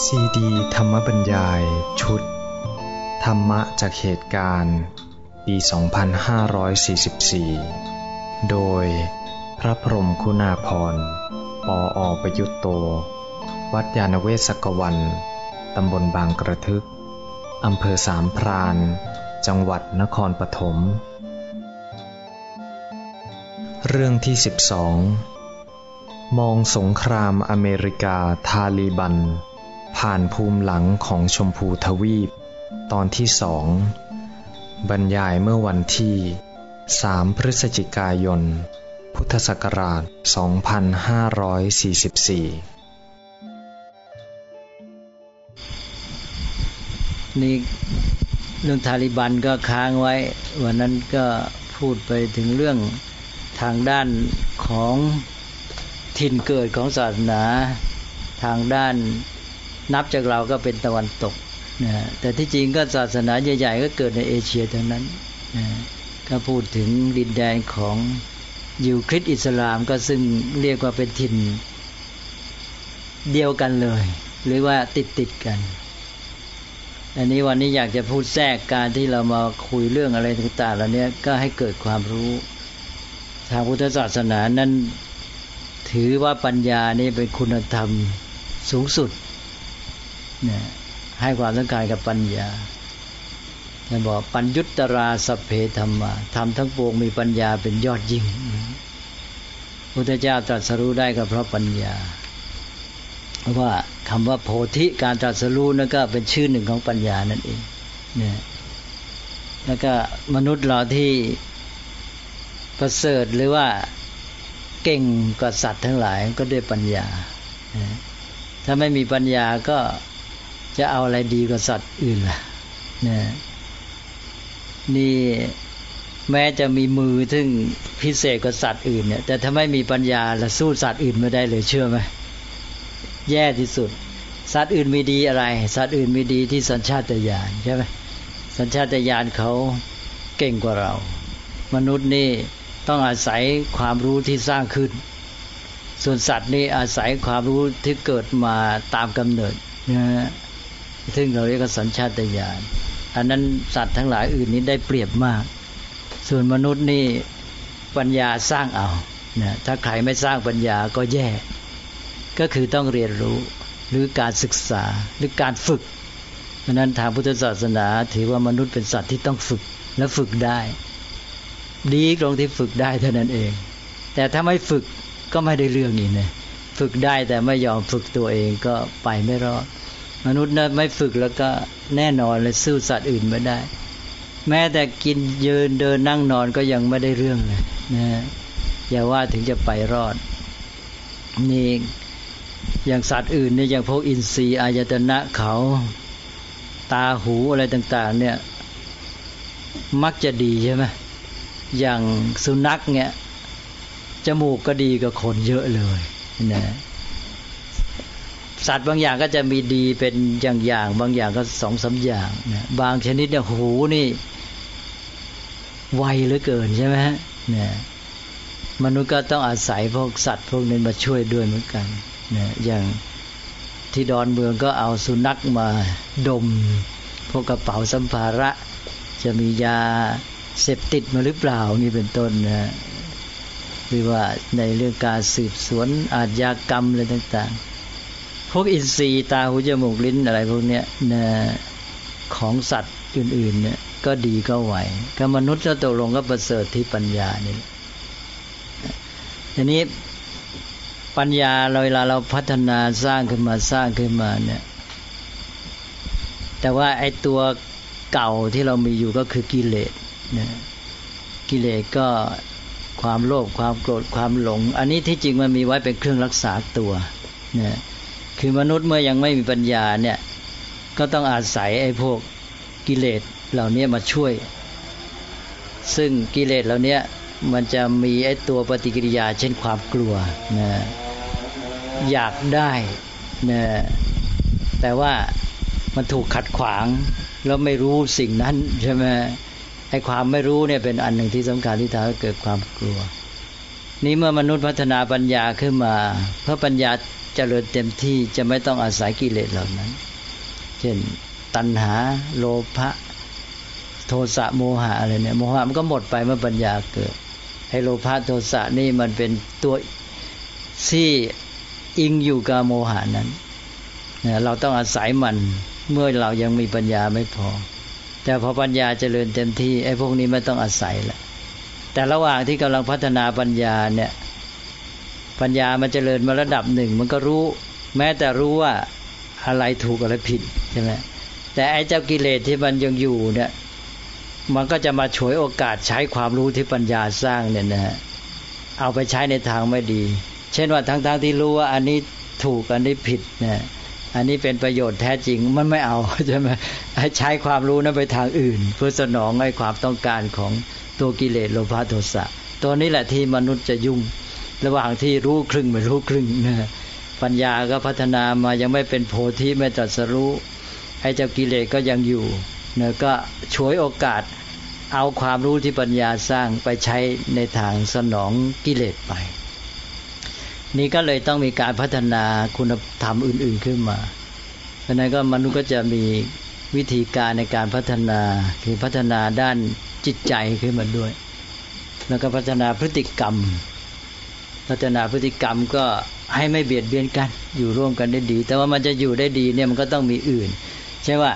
ซีดีธรรมบรรยายชุดธรรมะจากเหตุการณ์ปี 2544 โดยพระพรหมคุณาภรณ์ ปอ.ประยุตโต วัดยานเวศกวัน ตำบลบางกระทึก อำเภอสามพรานจังหวัดนครปฐมเรื่องที่ 12 มองสงครามอเมริกาทาลีบันผ่านภูมิหลังของชมพูทวีปตอนที่2บรรยายเมื่อวันที่3พฤศจิกายนพุทธศักราช2544 นี่เรื่องทาลิบันก็ค้างไว้วันนั้นก็พูดไปถึงเรื่องทางด้านของถิ่นเกิดของศาสนาทางด้านนับจากเราก็เป็นตะวันตกนะแต่ที่จริงก็ศาสนาใหญ่ๆก็เกิดในเอเชียทั้งนั้นนะก็พูดถึงดินแดนของยิวคริสต์อิสลามก็ซึ่งเรียกว่าเป็นถิ่นเดียวกันเลยหรือว่าติดกันอันนี้วันนี้อยากจะพูดแทรกการที่เรามาคุยเรื่องอะไรต่างๆเหล่านี้ก็ให้เกิดความรู้ทางพุทธศาสนานั้นถือว่าปัญญานี่เป็นคุณธรรมสูงสุดเนี่ยให้ความสำคัญกับปัญญาท่านบอกปัญญุตตราสัพเพธัมมาธรรมทั้งปวงมีปัญญาเป็นยอดยิ่งพุทธเจ้าตรัสรู้ได้ก็เพราะปัญญาเพราะว่าคำว่าโพธิการตรัสรู้นั่นก็เป็นชื่อหนึ่งของปัญญานั่นเองเนี่ยแล้วก็มนุษย์เราที่ประเสริฐหรือว่าเก่งกว่าสัตว์ทั้งหลายก็ด้วยปัญญาถ้าไม่มีปัญญาก็จะเอาอะไรดีกว่าสัตว์อื่นล่ะนี่แม้จะมีมือซึ่งพิเศษกว่าสัตว์อื่นเนี่ยแต่ถ้าไม่มีปัญญาละสู้สัตว์อื่นไม่ได้เลยเชื่อไหมแย่ที่สุดสัตว์อื่นมีดีอะไรสัตว์อื่นมีดีที่สัญชาตญาณใช่ไหมสัญชาตญาณเขาเก่งกว่าเรามนุษย์นี่ต้องอาศัยความรู้ที่สร้างขึ้นส่วนสัตว์นี่อาศัยความรู้ที่เกิดมาตามกำเนิดนะซึ่งเราเรียกว่าสัญชาตญาณอันนั้นสัตว์ทั้งหลายอื่นนี้ได้เปรียบมากส่วนมนุษย์นี่ปัญญาสร้างเอานะถ้าใครไม่สร้างปัญญาก็แย่ก็คือต้องเรียนรู้หรือการศึกษาหรือการฝึกเพราะนั้นทางพุทธศาสนาถือว่ามนุษย์เป็นสัตว์ที่ต้องฝึกและฝึกได้ดีตรงที่ฝึกได้เท่านั้นเองแต่ถ้าไม่ฝึกก็ไม่ได้เรื่องอีกนะฝึกได้แต่ไม่ยอมฝึกตัวเองก็ไปไม่รอดมนุษย์นั้นไม่ฝึกแล้วก็แน่นอนเลยสู้สัตว์อื่นไม่ได้แม้แต่กินยืนเดินนั่งนอนก็ยังไม่ได้เรื่องเลยนะอย่าว่าถึงจะไปรอดนี่อย่างสัตว์อื่นเนี่ยอย่างพวกอินทรีย์อายตนะเขาตาหูอะไรต่างๆเนี่ยมักจะดีใช่ไหมอย่างสุนัขเนี่ยจมูกก็ดีกว่าคนเยอะเลยนะสัตว์บางอย่างก็จะมีดีเป็นอย่างๆบางอย่างก็2-3อย่างนะบางชนิดเนี่ยหูนี่ไวเหลือเกินใช่ไหมเนี่ยมนุษย์ก็ต้องอาศัยพวกสัตว์พวกนี้มาช่วยด้วยเหมือนกันนะอย่างที่ดอนเมืองก็เอาสุนัขมาดมพวกกระเป๋าสัมภาระจะมียาเสพติดมาหรือเปล่านี่เป็นต้นนะหรือว่าในเรื่องการสืบสวนอาชญากรรมอะไรต่างๆพวกอินทรีย์ตาหูจมูกลิ้นอะไรพวกเนี้ยนะของสัตว์อื่นๆเนี่ยก็ดีก็ไหวกับมนุษย์ตกลงก็ประเสริฐที่ปัญญานี่ทีนี้ปัญญาเวลาเราพัฒนาสร้างขึ้นมาเนี่ยแต่ว่าไอ้ตัวเก่าที่เรามีอยู่ก็คือกิเลสนะกิเลสก็ความโลภความโกรธความหลงอันนี้ที่จริงมันมีไว้เป็นเครื่องรักษาตัวนะคือมนุษย์เมื่อยังไม่มีปัญญาเนี่ยก็ต้องอาศัยไอ้พวกกิเลสเหล่านี้มาช่วยซึ่งกิเลสเหล่านี้มันจะมีไอ้ตัวปฏิกิริยาเช่นความกลัวนะอยากได้นะแต่ว่ามันถูกขัดขวางแล้วไม่รู้สิ่งนั้นใช่ไหมไอ้ความไม่รู้เนี่ยเป็นอันหนึ่งที่สำคัญที่ทำให้เกิดความกลัวนี่เมื่อมนุษย์พัฒนาปัญญาขึ้นมาเพราะปัญญาเจริญเต็มที่จะไม่ต้องอาศัยกิเลสเหล่านั้นเช่นตัณหาโลภะโทสะโมหะอะไรเนี่ยโมหะมันก็หมดไปเมื่อปัญญาเกิดให้โลภะโทสะนี่มันเป็นตัวที่อิงอยู่กับโมหะนั้นเราต้องอาศัยมันเมื่อเรายังมีปัญญาไม่พอแต่พอปัญญาเจริญเต็มที่ไอ้พวกนี้ไม่ต้องอาศัยละแต่ระหว่างที่กำลังพัฒนาปัญญาเนี่ยปัญญามันเจริญมาระดับหนึ่งมันก็รู้แม้แต่รู้ว่าอะไรถูกอะไรผิดใช่ไหมแต่ไอ้เจ้ากิเลสที่มันยังอยู่เนี่ยมันก็จะมาฉวยโอกาสใช้ความรู้ที่ปัญญาสร้างเนี่ยนะฮะเอาไปใช้ในทางไม่ดีเช่นว่าทั้งที่รู้ว่าอันนี้ถูกอันนี้ผิดนะอันนี้เป็นประโยชน์แท้จริงมันไม่เอาใช่ไหมให้ใช้ความรู้นั้นไปทางอื่นเพื่อสนองให้ความต้องการของตัวกิเลสโลภะโทสะตัวนี้แหละที่มนุษย์จะยุ่งระหว่างที่รู้ครึ่งไม่รู้ครึ่งนะปัญญาก็พัฒนามายังไม่เป็นโพธิไม่ตรัสรู้ให้เจ้ากิเลสก็ยังอยู่เนี่ยก็ฉวยโอกาสเอาความรู้ที่ปัญญาสร้างไปใช้ในทางสนองกิเลสไปนี่ก็เลยต้องมีการพัฒนาคุณธรรมอื่นๆขึ้นมาเพราะนั้นก็มนุษย์ก็จะมีวิธีการในการพัฒนาคือพัฒนาด้านจิตใจขึ้นมาด้วยแล้วก็พัฒนาพฤติกรรมก็ให้ไม่เบียดเบียนกันอยู่ร่วมกันได้ดีแต่ว่ามันจะอยู่ได้ดีเนี่ยมันก็ต้องมีอื่นใช่ว่า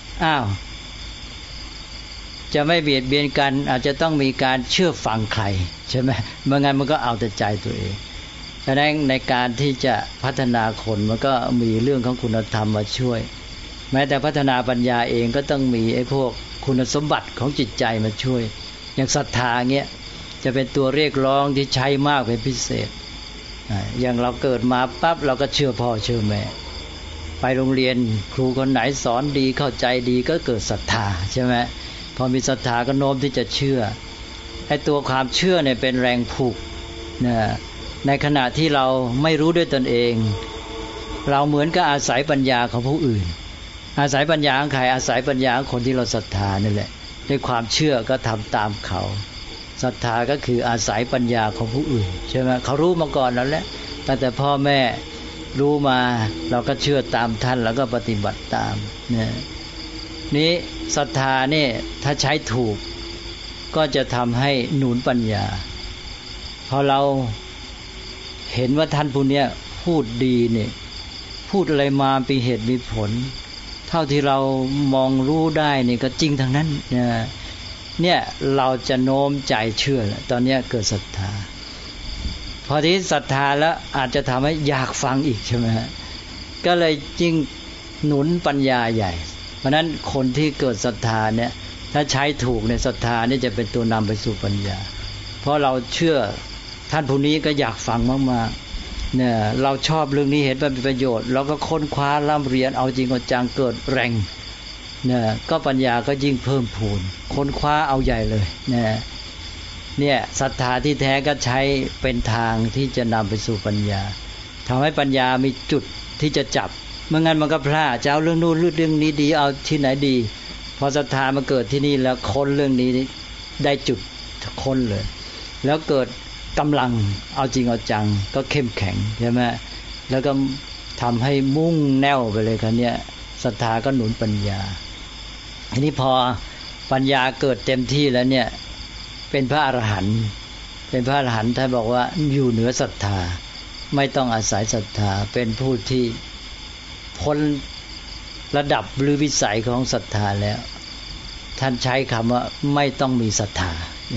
จะไม่เบียดเบียนกันอาจจะต้องมีการเชื่อฟังใครใช่ไหมไม่งั้นมันก็เอาแต่ใจตัวเองดังนั้นในการที่จะพัฒนาคนมันก็มีเรื่องของคุณธรรมมาช่วยแม้แต่พัฒนาปัญญาเองก็ต้องมีไอ้พวกคุณสมบัติของจิตใจมาช่วยอย่างศรัทธาเงี้ยจะเป็นตัวเรียกร้องที่ใช้มากเป็นพิเศษอย่างเราเกิดมาปั๊บเราก็เชื่อพ่อเชื่อแม่ไปโรงเรียนครูคนไหนสอนดีเข้าใจดีก็เกิดศรัทธาใช่ไหมพอมีศรัทธาก็โน้มที่จะเชื่อไอ้ตัวความเชื่อเนี่ยเป็นแรงผูกนะในขณะที่เราไม่รู้ด้วยตนเองเราเหมือนกับอาศัยปัญญาของผู้อื่นอาศัยปัญญาของใครอาศัยปัญญาของคนที่เราศรัทธานั่นแหละด้วยความเชื่อก็ทำตามเขาศรัทธาก็คืออาศัยปัญญาของผู้อื่นใช่ไหมเขารู้มาก่อนแล้วแหละตั้งแต่พ่อแม่รู้มาเราก็เชื่อตามท่านแล้วก็ปฏิบัติตามนี้ศรัทธานี่ถ้าใช้ถูกก็จะทำให้หนุนปัญญาพอเราเห็นว่าท่านผู้นี้พูดดีเนี่ยพูดอะไรมาเป็นเหตุมีผลเท่าที่เรามองรู้ได้นี่ก็จริงทั้งนั้นเนี่ยเราจะโน้มใจเชื่อแล้วตอนนี้เกิดศรัทธาพอที่ศรัทธาแล้วอาจจะทำให้อยากฟังอีกใช่ไหมก็เลยยิ่งหนุนปัญญาใหญ่เพราะนั้นคนที่เกิดศรัทธาเนี่ยถ้าใช้ถูกในศรัทธานี่จะเป็นตัวนำไปสู่ปัญญาเพราะเราเชื่อท่านผู้นี้ก็อยากฟังมากๆเนี่ยเราชอบเรื่องนี้เห็นว่าเป็นประโยชน์เราก็ค้นคว้าร่ำเรียนเอาจริงเอาจังเกิดแรงก็ปัญญาก็ยิ่งเพิ่มพูนค้นคว้าเอาใหญ่เลยเนี่ยศรัทธาที่แท้ก็ใช้เป็นทางที่จะนำไปสู่ปัญญาทำให้ปัญญามีจุดที่จะจับเมื่องั้นมันก็พลาดจะเอาเรื่องนู้นเรื่องนี้ดีเอาที่ไหนดีพอศรัทธามาเกิดที่นี่แล้วค้นเรื่องนี้ได้จุดค้นเลยแล้วเกิดกำลังเอาจริงเอาจังก็เข้มแข็งใช่ไหมแล้วก็ทำให้มุ่งแน่วไปเลยครับเนี่ยศรัทธาก็หนุนปัญญาทีนี้พอปัญญาเกิดเต็มที่แล้วเนี่ยเป็นพระอรหันต์ท่านบอกว่าอยู่เหนือศรัทธาไม่ต้องอาศัยศรัทธาเป็นผู้ที่พ้นระดับหรือวิสัยของศรัทธาแล้วท่านใช้คำว่าไม่ต้องมีศรัทธา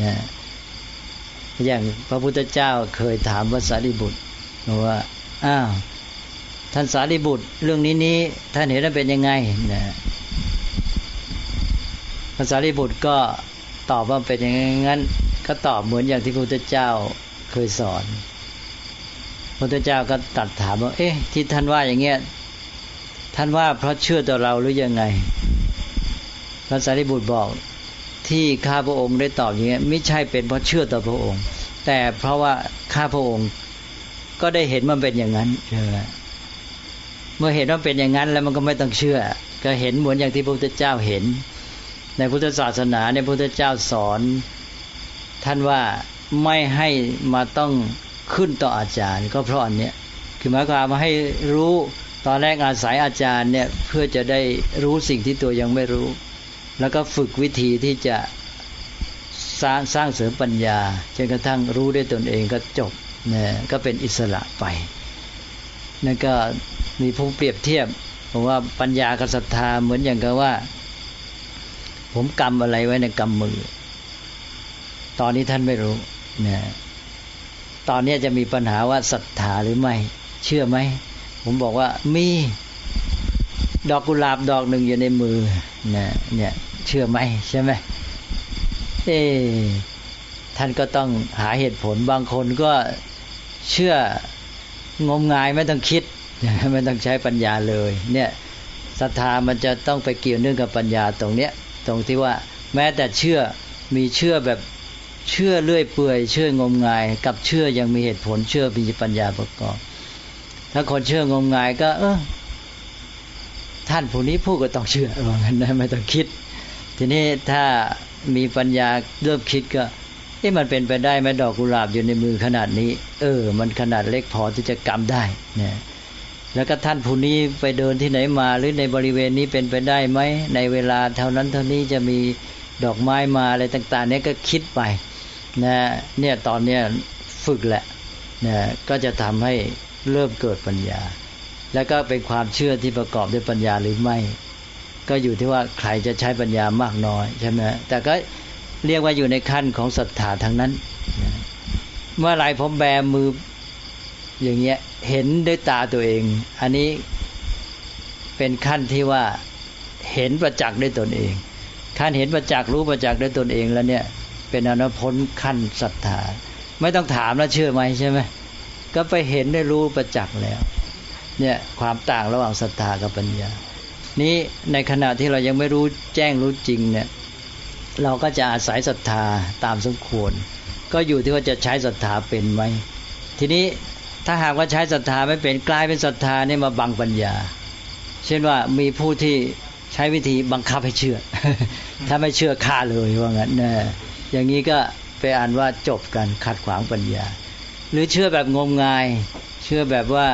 อย่างพระพุทธเจ้าเคยถามพระสารีบุตรว่าท่านสารีบุตรเรื่องนี้ท่านเห็นว่าเป็นยังไงพระสารีบุตรก็ตอบว่าเป็นอย่างนั้นก็ตอบเหมือนอย่างที่พระพุทธเจ้าเคยสอนพระพุทธเจ้าก็ตรัสถามว่าที่ท่านว่าอย่างเงี้ยท่านว่าเพราะเชื่อต่อเราหรือยังไงพระสารีบุตรบอกที่ข้าพระองค์ได้ตอบอย่างเงี้ยไม่ใช่เป็นเพราะเชื่อต่อพระองค์แต่เพราะว่าข้าพระองค์ก็ได้เห็นมันเป็นอย่างนั้นใช่ไหมเมื่อเห็นว่าเป็นอย่างนั้นแล้วมันก็ไม่ต้องเชื่อก็เห็นเหมือนอย่างที่พระพุทธเจ้าเห็นในพุทธศาสนาในพระพุทธเจ้าสอนท่านว่าไม่ให้มาต้องขึ้นต่ออาจารย์ก็เพราะอันเนี้ยคือหมายความว่าให้รู้ตอนแรกอาศัยอาจารย์เนี่ยเพื่อจะได้รู้สิ่งที่ตัวยังไม่รู้แล้วก็ฝึกวิธีที่จะสร้างเสริมปัญญาจนกระทั่งรู้ด้วยตนเองก็จบนะก็เป็นอิสระไปนั่นก็มีผู้เปรียบเทียบบอกว่าปัญญากับศรัทธาเหมือนอย่างกับว่าผมกำอะไรไว้ในกำมือตอนนี้ท่านไม่รู้นะตอนนี้จะมีปัญหาว่าศรัทธาหรือไม่เชื่อไหมผมบอกว่ามีดอกกุหลาบดอกหนึ่งอยู่ในมือนะเนี่ยเชื่อไหมใช่ไหมท่านก็ต้องหาเหตุผลบางคนก็เชื่องมงายไม่ต้องคิดไม่ต้องใช้ปัญญาเลยเนี่ยศรัทธามันจะต้องไปเกี่ยวเนื่องกับปัญญาตรงเนี้ยตรงที่ว่าแม้แต่เชื่อมีเชื่อแบบเชื่อเลื่อยเปื่อยเชื่องมงายกับเชื่อยังมีเหตุผลเชื่อมีปัญญาประกอบถ้าคนเชื่องมงายก็ท่านผู้นี้พูดก็ต้องเชื่อว่างั้นนะไม่ต้องคิดทีนี้ถ้ามีปัญญาเริ่มคิดก็มันเป็นไปได้ไหมดอกกุหลาบอยู่ในมือขนาดนี้มันขนาดเล็กพอที่จะกำได้เนี่ยแล้วก็ท่านผู้นี้ไปเดินที่ไหนมาหรือในบริเวณนี้เป็นไปได้ไหมในเวลาเท่านั้นเท่านี้จะมีดอกไม้มาอะไรต่างๆเนี่ยก็คิดไปนะเนี่ยตอนเนี้ยฝึกแหละนะก็จะทำให้เริ่มเกิดปัญญาแล้วก็เป็นความเชื่อที่ประกอบด้วยปัญญาหรือไม่ก็อยู่ที่ว่าใครจะใช้ปัญญามากน้อยใช่ไหมแต่ก็เรียกว่าอยู่ในขั้นของศรัทธาทั้งนั้นนะเมื่อไรผมแบมืออย่างเงี้ยเห็นด้วยตาตัวเองอันนี้เป็นขั้นที่ว่าเห็นประจักษ์ด้วยตนเองขั้นเห็นประจักษ์รู้ประจักษ์ด้วยตนเองแล้วเนี่ยเป็นอนุพ้นขั้นศรัทธาไม่ต้องถามแล้วเชื่อไหมใช่ไหมก็ไปเห็นได้รู้ประจักษ์แล้วเนี่ยความต่างระหว่างศรัทธากับปัญญานี้ในขณะที่เรายังไม่รู้แจ้งรู้จริงเนี่ยเราก็จะอาศัยศรัทธาตามสมควรก็อยู่ที่ว่าจะใช้ศรัทธาเป็นไหมทีนี้ถ้าหากว่าใช้ศรัทธาไม่เป็นกลายเป็นศรัทธาเนี่ยมาบังปัญญาเช่นว่ามีผู้ที่ใช้วิธีบังคับให้เชื่อ ถ้าไม่เชื่อฆ่าเลยว่างั้นนะอย่างนี้ก็ไปอ่านว่าจบกันขัดขวางปัญญาหรือเชื่อแบบงมงายเชื่อแบบว่า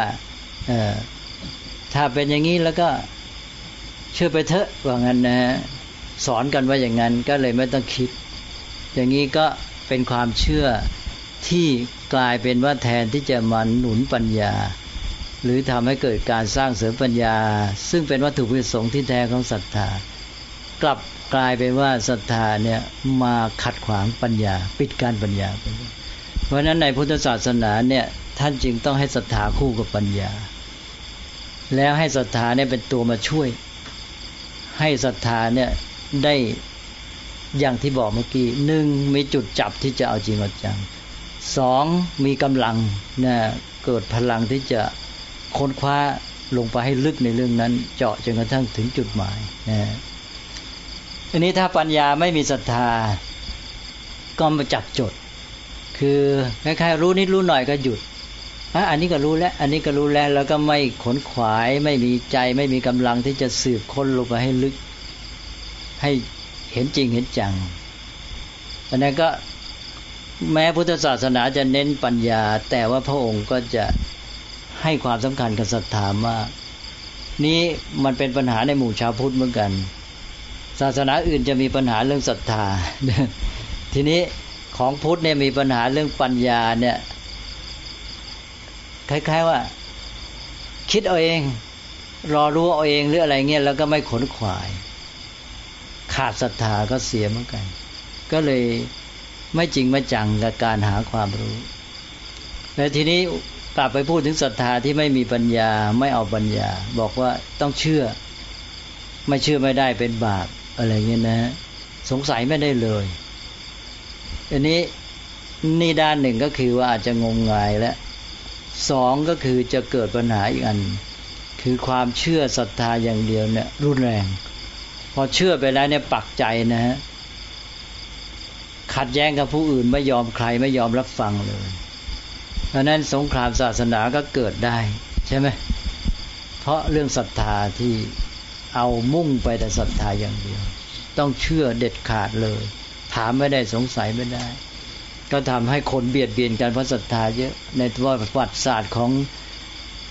ถ้าเป็นอย่างนี้แล้วก็เชื่อไปเถอะว่างั้นนะสอนกันว่าอย่างนั้นก็เลยไม่ต้องคิดอย่างนี้ก็เป็นความเชื่อที่กลายเป็นว่าแทนที่จะมาหนุนปัญญาหรือทำให้เกิดการสร้างเสริมปัญญาซึ่งเป็นวัตถุประสงค์ที่แท้ของศรัทธากลับกลายเป็นว่าศรัทธาเนี่ยมาขัดขวางปัญญาปิดกั้นปัญญาเพราะฉะนั้นในพุทธศาสนาเนี่ยท่านจึงต้องให้ศรัทธาคู่กับปัญญาแล้วให้ศรัทธาเนี่ยเป็นตัวมาช่วยให้ศรัทธาเนี่ยได้อย่างที่บอกเมื่อกี้1มีจุดจับที่จะเอาจริงเอาจัง2มีกำลังนะเกิดพลังที่จะค้นคว้าลงไปให้ลึกในเรื่องนั้นเจาะจนกระทั่งถึงจุดหมายนะอันนี้ถ้าปัญญาไม่มีศรัทธาก็มาจับจดคือคล้ายๆรู้นิดรู้หน่อยก็หยุดอันนี้ก็รู้แล้วอันนี้ก็รู้แล้วแล้วก็ไม่ขนขวายไม่มีใจไม่มีกำลังที่จะสืบค้นลงไปให้ลึกให้เห็นจริงเห็นจังอันนั้นก็แม้พุทธศาสนาจะเน้นปัญญาแต่ว่าพระองค์ก็จะให้ความสำคัญกับศรัทธามากนี้มันเป็นปัญหาในหมู่ชาวพุทธเหมือนกันศาสนาอื่นจะมีปัญหาเรื่องศรัทธาทีนี้ของพุทธเนี่ยมีปัญหาเรื่องปัญญาเนี่ยคล้ายๆว่าคิดเอาเองรอรู้เอาเองหรืออะไรเงี้ยแล้วก็ไม่ขนขวายขาดศรัทธาก็เสียเหมือนกันก็เลยไม่จริงไม่จังกับการหาความรู้แต่ทีนี้กลับไปพูดถึงศรัทธาที่ไม่มีปัญญาไม่เอาปัญญาบอกว่าต้องเชื่อไม่เชื่อไม่ได้เป็นบาปอะไรเงี้ยนะสงสัยไม่ได้เลยอันนี้นี่ด้านหนึ่งก็คือว่าอาจจะงมงายและ2ก็คือจะเกิดปัญหาอีกอันคือความเชื่อศรัทธาอย่างเดียวเนี่ยรุนแรงพอเชื่อไปแล้วเนี่ยปักใจนะฮะขัดแย้งกับผู้อื่นไม่ยอมใครไม่ยอมรับฟังเลยเพราะนั้นสงครามศาสนาก็เกิดได้ใช่ไหมเพราะเรื่องศรัทธาที่เอามุ่งไปแต่ศรัทธาอย่างเดียวต้องเชื่อเด็ดขาดเลยถามไม่ได้สงสัยไม่ได้ก็ทำให้คนเบียดเบียนกันเพราะศรัทธาเยอะในประวัติศาสตร์ของ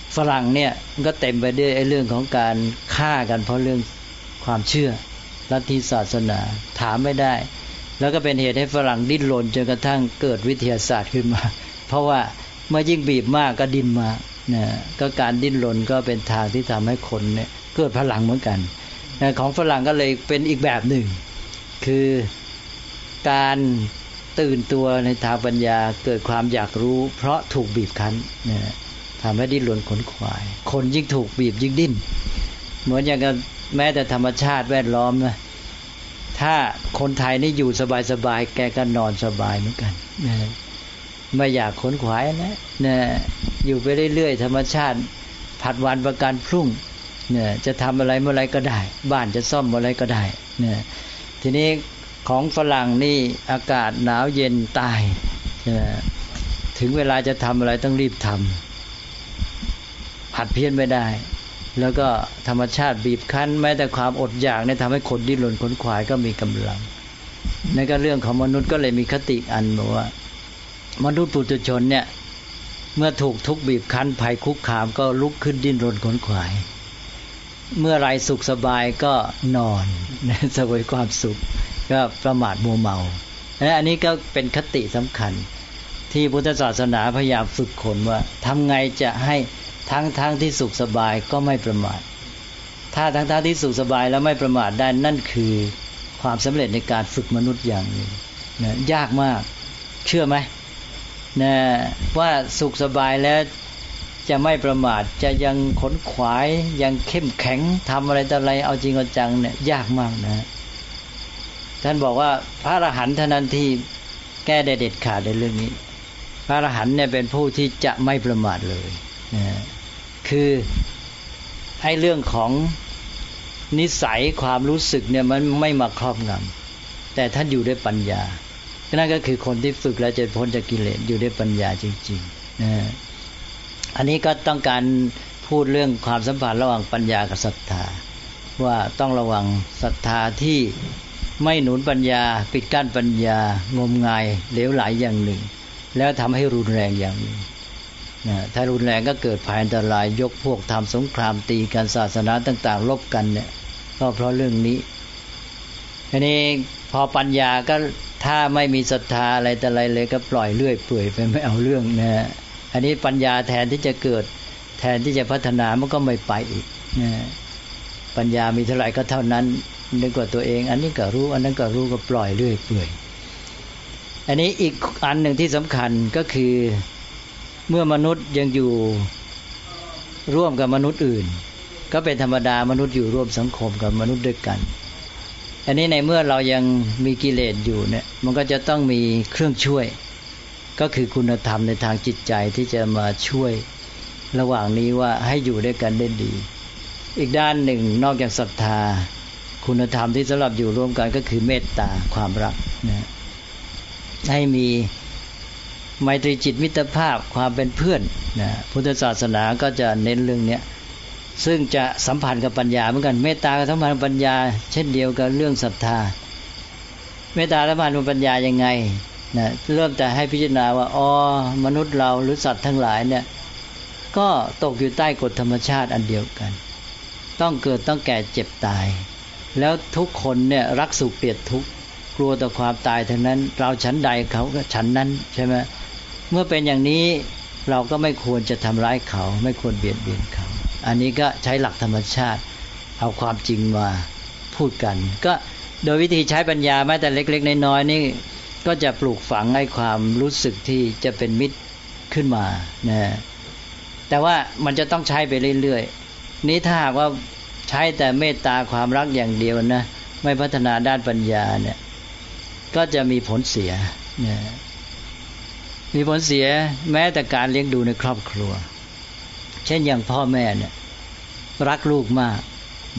ฝรั่งเนี่ยมันก็เต็มไปด้วยไอ้เรื่องของการฆ่ากันเพราะเรื่องความเชื่อลัทธิศาสนาถามไม่ได้แล้วก็เป็นเหตุให้ฝรั่งดิ้นรนจนกระทั่งเกิดวิทยาศาสตร์ขึ้นมาเพราะว่าเมื่อยิ่งบีบมากก็ดิ้นมานะก็การดิ้นรนก็เป็นทางที่ทำให้คนเนี่ยเกิดพลังเหมือนกันนะของฝรั่งก็เลยเป็นอีกแบบหนึ่งคือการตื่นตัวในทางปัญญาเกิดความอยากรู้เพราะถูกบีบคั้นนะทำให้ดิ้นรนขนขวายคนยิ่งถูกบีบยิ่งดิ้นเหมือนอย่างกับแม้แต่ธรรมชาติแวดล้อมนะถ้าคนไทยนี่อยู่สบายๆแกก็นอนสบายเหมือนกันนะไม่อยากขนขวายนะอยู่ไปเรื่อยๆธรรมชาติผัดวันประกันพรุ่งเนี่ยจะทำอะไรเมื่อไรก็ได้บ้านจะซ่อมเมื่อไรก็ได้เนี่ยทีนี้ของฝรั่งนี่อากาศหนาวเย็นตายถึงเวลาจะทำอะไรต้องรีบทำผัดเพี้ยนไม่ได้แล้วก็ธรรมชาติบีบคั้นแม้แต่ความอดอยากเนี่ยทำให้คนดิ้นรนขนขวายก็มีกำลังในก็เรื่องของมนุษย์ก็เลยมีคติอันบอกว่ามนุษย์ปุถุชนเนี่ยเมื่อถูกทุกข์บีบคั้นภัยคุกคามก็ลุกขึ้นดิ้นรนขนขวายเมื่อไรสุขสบายก็นอนเสวยความสุขก็ประมาทมัวเมาอันนี้ก็เป็นคติสำคัญที่พุทธศาสนาพยายามฝึกคนว่าทำไงจะให้ทั้งที่สุขสบายก็ไม่ประมาทถ้าทั้งที่สุขสบายแล้วไม่ประมาทได้นั่นคือความสำเร็จในการฝึกมนุษย์อย่างหนึ่งนะยากมากเชื่อไหมนะว่าสุขสบายแล้วจะไม่ประมาทจะยังขนขวายยังเข้มแข็งทำอะไรต่ออะไรเอาจริงเอาจังเนี่ยยากมากนะท่านบอกว่าพระอรหันต์เท่านั้นที่แก้ได้เด็ดขาดในเรื่องนี้พระอรหันต์เนี่ยเป็นผู้ที่จะไม่ประมาทเลยนะคือให้เรื่องของนิสัยความรู้สึกเนี่ยมันไม่มาครอบงำแต่ท่านอยู่ด้วยปัญญานั่นก็คือคนที่ฝึกแล้วจะพ้นจากกิเลสอยู่ด้วยปัญญาจริงๆนะอันนี้ก็ต้องการพูดเรื่องความสัมพันธ์ระหว่างปัญญากับศรัทธาว่าต้องระวังศรัทธาที่ไม่หนุนปัญญาปิดกั้นปัญญางมงายเหลวไหลอย่างหนึ่งแล้วทำให้รุนแรงอย่างหนึ่งถ้ารุนแรงก็เกิดภัยอันตรายยกพวกทำสงครามตีกันศาสนาต่างๆลบกันเนี่ยก็เพราะเรื่องนี้ทีนี้พอปัญญาก็ถ้าไม่มีศรัทธาอะไรแต่อะไรเลยก็ปล่อยเรื่อยเปื่อยไปไม่เอาเรื่องนะอันนี้ปัญญาแทนที่จะเกิดแทนที่จะพัฒนามันก็ไม่ไปอีกนะปัญญามีเท่าไหร่ก็เท่านั้นนึกว่าตัวเองอันนี้ก็รู้อันนั้นก็รู้ก็ปล่อยเรื่อยเปื่อยอันนี้อีกอันหนึ่งที่สำคัญก็คือเมื่อมนุษย์ยังอยู่ร่วมกับมนุษย์อื่นก็เป็นธรรมดามนุษย์อยู่ร่วมสังคมกับมนุษย์ด้วยกันอันนี้ในเมื่อเรายังมีกิเลสอยู่เนี่ยมันก็จะต้องมีเครื่องช่วยก็คือคุณธรรมในทางจิตใจที่จะมาช่วยระหว่างนี้ว่าให้อยู่ด้วยกันได้ดีอีกด้านหนึ่งนอกจากศรัทธาคุณธรรมที่สำหรับอยู่ร่วมกันก็คือเมตตาความรักนะให้มีไมตรีจิตมิตรภาพความเป็นเพื่อนนะพุทธศาสนาก็จะเน้นเรื่องนี้ซึ่งจะสัมพันธ์กับปัญญาเหมือนกันเมตตากับสัมพันธ์กับปัญญาเช่นเดียวกับเรื่องศรัทธาเมตตาสัมพันธ์กับปัญญายังไงนะเริ่มแต่ให้พิจารณาว่าอ๋อมนุษย์เราหรือสัตว์ทั้งหลายเนี่ยก็ตกอยู่ใต้กฎธรรมชาติอันเดียวกันต้องเกิดต้องแก่เจ็บตายแล้วทุกคนเนี่ยรักสุขเกลียดทุกข์กลัวต่อความตายทั้งนั้นเราฉันใดเขาก็ฉันนั้นใช่ไหมเมื่อเป็นอย่างนี้เราก็ไม่ควรจะทำร้ายเขาไม่ควรเบียดเบียนเขาอันนี้ก็ใช้หลักธรรมชาติเอาความจริงมาพูดกันก็โดยวิธีใช้ปัญญาแม้แต่เล็กๆน้อยๆนี่ก็จะปลูกฝังให้ความรู้สึกที่จะเป็นมิตรขึ้นมานะแต่ว่ามันจะต้องใช้ไปเรื่อยๆนี้ถ้าหากว่าใช้แต่เมตตาความรักอย่างเดียวนะไม่พัฒนาด้านปัญญาเนี่ยก็จะมีผลเสียนะมีผลเสียแม้แต่การเลี้ยงดูในครอบครัวเช่นอย่างพ่อแม่เนี่ยรักลูกมาก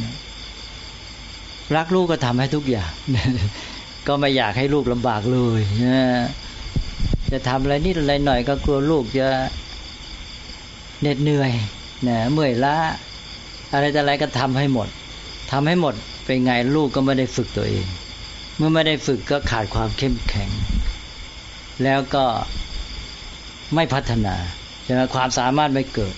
รักลูกก็ทำให้ทุกอย่างก็ไม่อยากให้ลูกลำบากเลยนะจะทำอะไรนิดอะไรหน่อยก็กลัวลูกจะเหน็ดเหนื่อยนะเมื่อยล้าอะไรแต่อะไรก็ทำให้หมดเป็นไงลูกก็ไม่ได้ฝึกตัวเองเมื่อไม่ได้ฝึกก็ขาดความเข้มแข็งแล้วก็ไม่พัฒนาใช่ไหมความสามารถไม่เกิด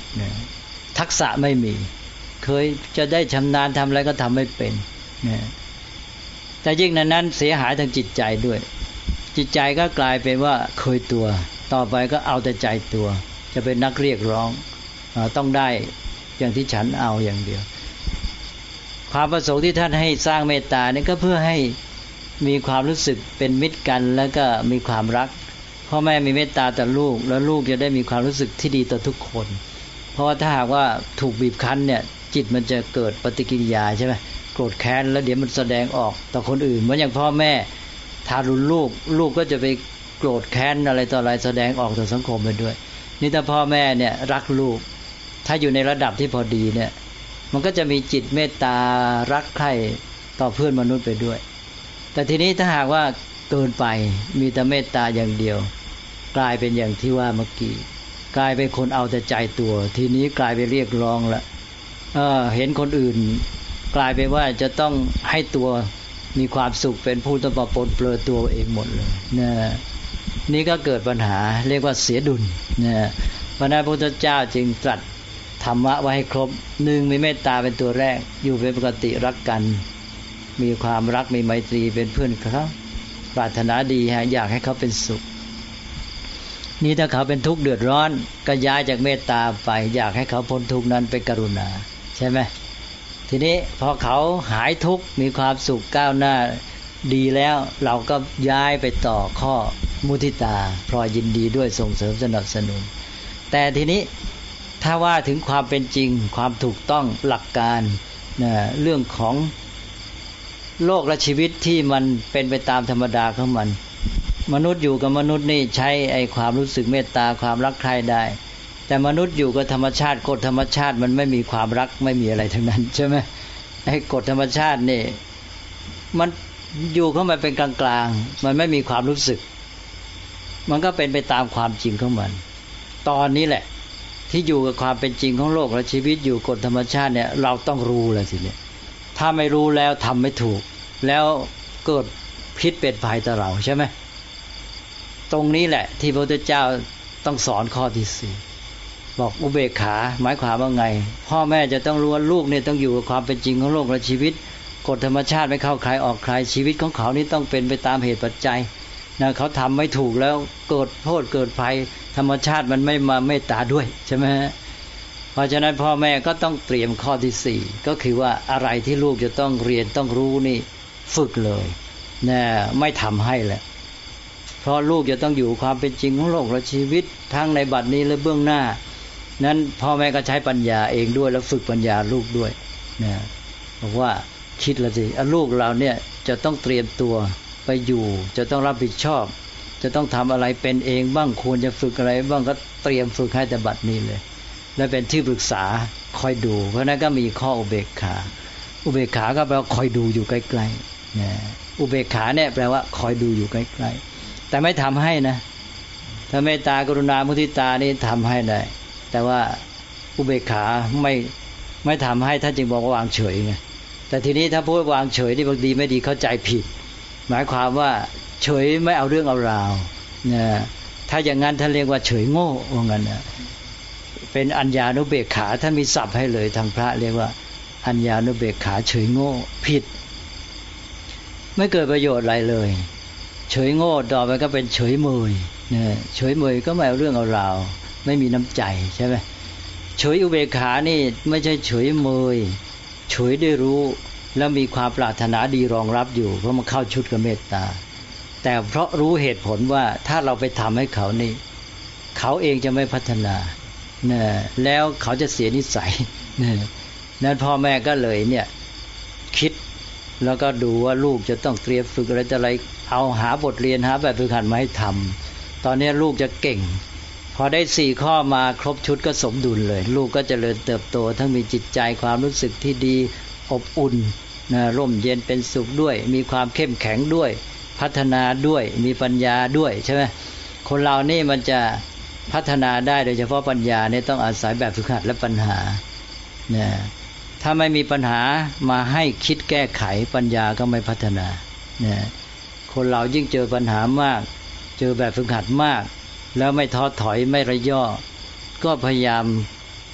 นะทักษะไม่มีเคยจะได้ชำนาญทำอะไรก็ทำไม่เป็นนะแต่ยิ่งนั้นเสียหายทางจิตใจด้วยจิตใจก็กลายเป็นว่าเคยตัวต่อไปก็เอาแต่ใจตัวจะเป็นนักเรียกร้องต้องได้อย่างที่ฉันเอาอย่างเดียวความประสงค์ที่ท่านให้สร้างเมตตานี่ก็เพื่อให้มีความรู้สึกเป็นมิตรกันแล้วก็มีความรักพ่อแม่มีเมตตาต่อลูกแล้วลูกจะได้มีความรู้สึกที่ดีต่อทุกคนเพราะว่าถ้าหากว่าถูกบีบคั้นเนี่ยจิตมันจะเกิดปฏิกิริยาใช่ไหมโกรธแค้นแล้วเดี๋ยวมันแสดงออกต่อคนอื่นเหมือนอย่างพ่อแม่ทารุณลูกก็จะไปโกรธแค้นอะไรต่ออะไรแสดงออกต่อสังคมไปด้วยนี่ถ้าพ่อแม่เนี่ยรักลูกถ้าอยู่ในระดับที่พอดีเนี่ยมันก็จะมีจิตเมตตารักใคร่ต่อเพื่อนมนุษย์ไปด้วยแต่ทีนี้ถ้าหากว่าเกินไปมีแต่เมตตาอย่างเดียวกลายเป็นอย่างที่ว่าเมื่อกี้กลายเป็นคนเอาแต่ใจตัวทีนี้กลายไปเรียกร้องละเห็นคนอื่นกลายเป็นว่าจะต้องให้ตัวมีความสุขเป็นผู้ต้องปนเปื้อนตัวเองหมดเลยนะนี่ก็เกิดปัญหาเรียกว่าเสียดุลนะพระพุทธเจ้าจึงตรัสธรรมะไว้ให้ครบหนึ่งมีเมตตาเป็นตัวแรกอยู่เป็นปกติรักกันมีความรักมีไมตรีเป็นเพื่อนเขาปรารถนาดีอยากให้เขาเป็นสุขนี่ถ้าเขาเป็นทุกข์เดือดร้อนก็ย้ายจากเมตตาไปอยากให้เขาพ้นทุกข์นั้นเป็นกรุณาใช่ไหมทีนี้พอเขาหายทุกข์มีความสุขก้าวหน้าดีแล้วเราก็ย้ายไปต่อข้อมุทิตาพลอยยินดีด้วยส่งเสริมสนับสนุนแต่ทีนี้ถ้าว่าถึงความเป็นจริงความถูกต้องหลักการนะเรื่องของโลกและชีวิตที่มันเป็นไปตามธรรมดาของมันมนุษย์อยู่กับมนุษย์นี่ใช้ไอ้ความรู้สึกเมตตาความรักใคร่ได้แต่มนุษย์อยู่กับธรรมชาติกฎธรรมชาติมันไม่มีความรักไม่มีอะไรทั้งนั้นใช่ไหมไอ้กฎธรรมชาตินี่มันอยู่เข้ามาเป็นกลางๆมันไม่มีความรู้สึกมันก็เป็นไปตามความจริงของมันตอนนี้แหละที่อยู่กับความเป็นจริงของโลกและชีวิตอยู่กฎธรรมชาติเนี่ยเราต้องรู้แล้วสิเนี่ยถ้าไม่รู้แล้วทำไม่ถูกแล้วเกิดพิษเป็นภัยต่อเราใช่ไหมตรงนี้แหละที่พระพุทธเจ้าต้องสอนข้อที่สี่บอกอุเบกขาหมายความว่าไงพ่อแม่จะต้องรู้ว่าลูกเนี่ยต้องอยู่กับความเป็นจริงของโลกและชีวิตกฎธรรมชาติไม่เข้าใครออกใครชีวิตของเขานี่ต้องเป็นไปตามเหตุปัจจัยนะเขาทำไม่ถูกแล้วเกิดโทษเกิดภัยธรรมชาติมันไม่มาเมตตาด้วยใช่ไหมเพราะฉะนั้นพ่อแม่ก็ต้องเตรียมข้อที่สี่ก็คือว่าอะไรที่ลูกจะต้องเรียนต้องรู้นี่ฝึกเลยนะไม่ทำให้แหละเพราะลูกจะต้องอยู่ความเป็นจริงของโลกและชีวิตทั้งในบัดนี้และเบื้องหน้านั้นพ่อแม่ก็ใช้ปัญญาเองด้วยแล้วฝึกปัญญาลูกด้วยนะบอกว่าคิดละสิลูกเราเนี่ยจะต้องเตรียมตัวไปอยู่จะต้องรับผิดชอบจะต้องทำอะไรเป็นเองบ้างควรจะฝึกอะไรบ้างก็เตรียมฝึกให้แต่บัดนี้เลยและเป็นที่ปรึกษาคอยดูเพราะนั้นก็มีข้ออุเบกขาอุเบกขาก็แปลว่าคอยดูอยู่ใกล้ๆนะอุเบกขาเนี่ยแปลว่าคอยดูอยู่ใกล้ๆแต่ไม่ทำให้นะถ้าเมตตากรุณามุทิตานี่ทำให้ได้แต่ว่าอุเบกขาไม่ทำให้ท่านจึงบอกว่าวางเฉยไงแต่ทีนี้ถ้าพูดวางเฉยนี่บางทีไม่ดีเข้าใจผิดหมายความว่าเฉยไม่เอาเรื่องเอาราวนะถ้าอย่างนั้นท่านเรียกว่าเฉยโง่ว่างั้นนะเป็นอัญญานุเบกขาท่านมีศัพท์ให้เลยทางพระเรียกว่าอัญญานุเบกขาเฉยโง่ผิดไม่เกิดประโยชน์อะไรเลยเฉยโง่ต่อไปก็เป็นเฉยเมยนะเฉยเมยก็ไม่เอาเรื่องเอาราวไม่มีน้ำใจใช่ไหมเฉยอุเบกขานี่ไม่ใช่เฉยเมยเฉยได้รู้แล้วมีความปรารถนาดีรองรับอยู่เพราะมันเข้าชุดกับเมตตาแต่เพราะรู้เหตุผลว่าถ้าเราไปทำให้เขานี่เขาเองจะไม่พัฒนาเนี่ยแล้วเขาจะเสียนิสัยเนี่ยนั้นพ่อแม่ก็เลยเนี่ยคิดแล้วก็ดูว่าลูกจะต้องเตรียมฝึกอะไรอะไรเอาหาบทเรียนหาแบบฝึกหัดมาให้ทำตอนนี้ลูกจะเก่งพอได้4ข้อมาครบชุดก็สมดุลเลยลูกก็เจริญเติบโตทั้งมีจิตใจความรู้สึกที่ดีอบอุ่นนะร่มเย็นเป็นสุขด้วยมีความเข้มแข็งด้วยพัฒนาด้วยมีปัญญาด้วยใช่ไหมคนเรานี่มันจะพัฒนาได้โดยเฉพาะปัญญาเนี่ยต้องอาศัยแบบฝึกหัดและปัญหาเนี่ยถ้าไม่มีปัญหามาให้คิดแก้ไขปัญญาก็ไม่พัฒนาเนี่ยคนเรายิ่งเจอปัญหามากเจอแบบฝึกหัดมากแล้วไม่ท้อถอยไม่ระย่อก็พยายาม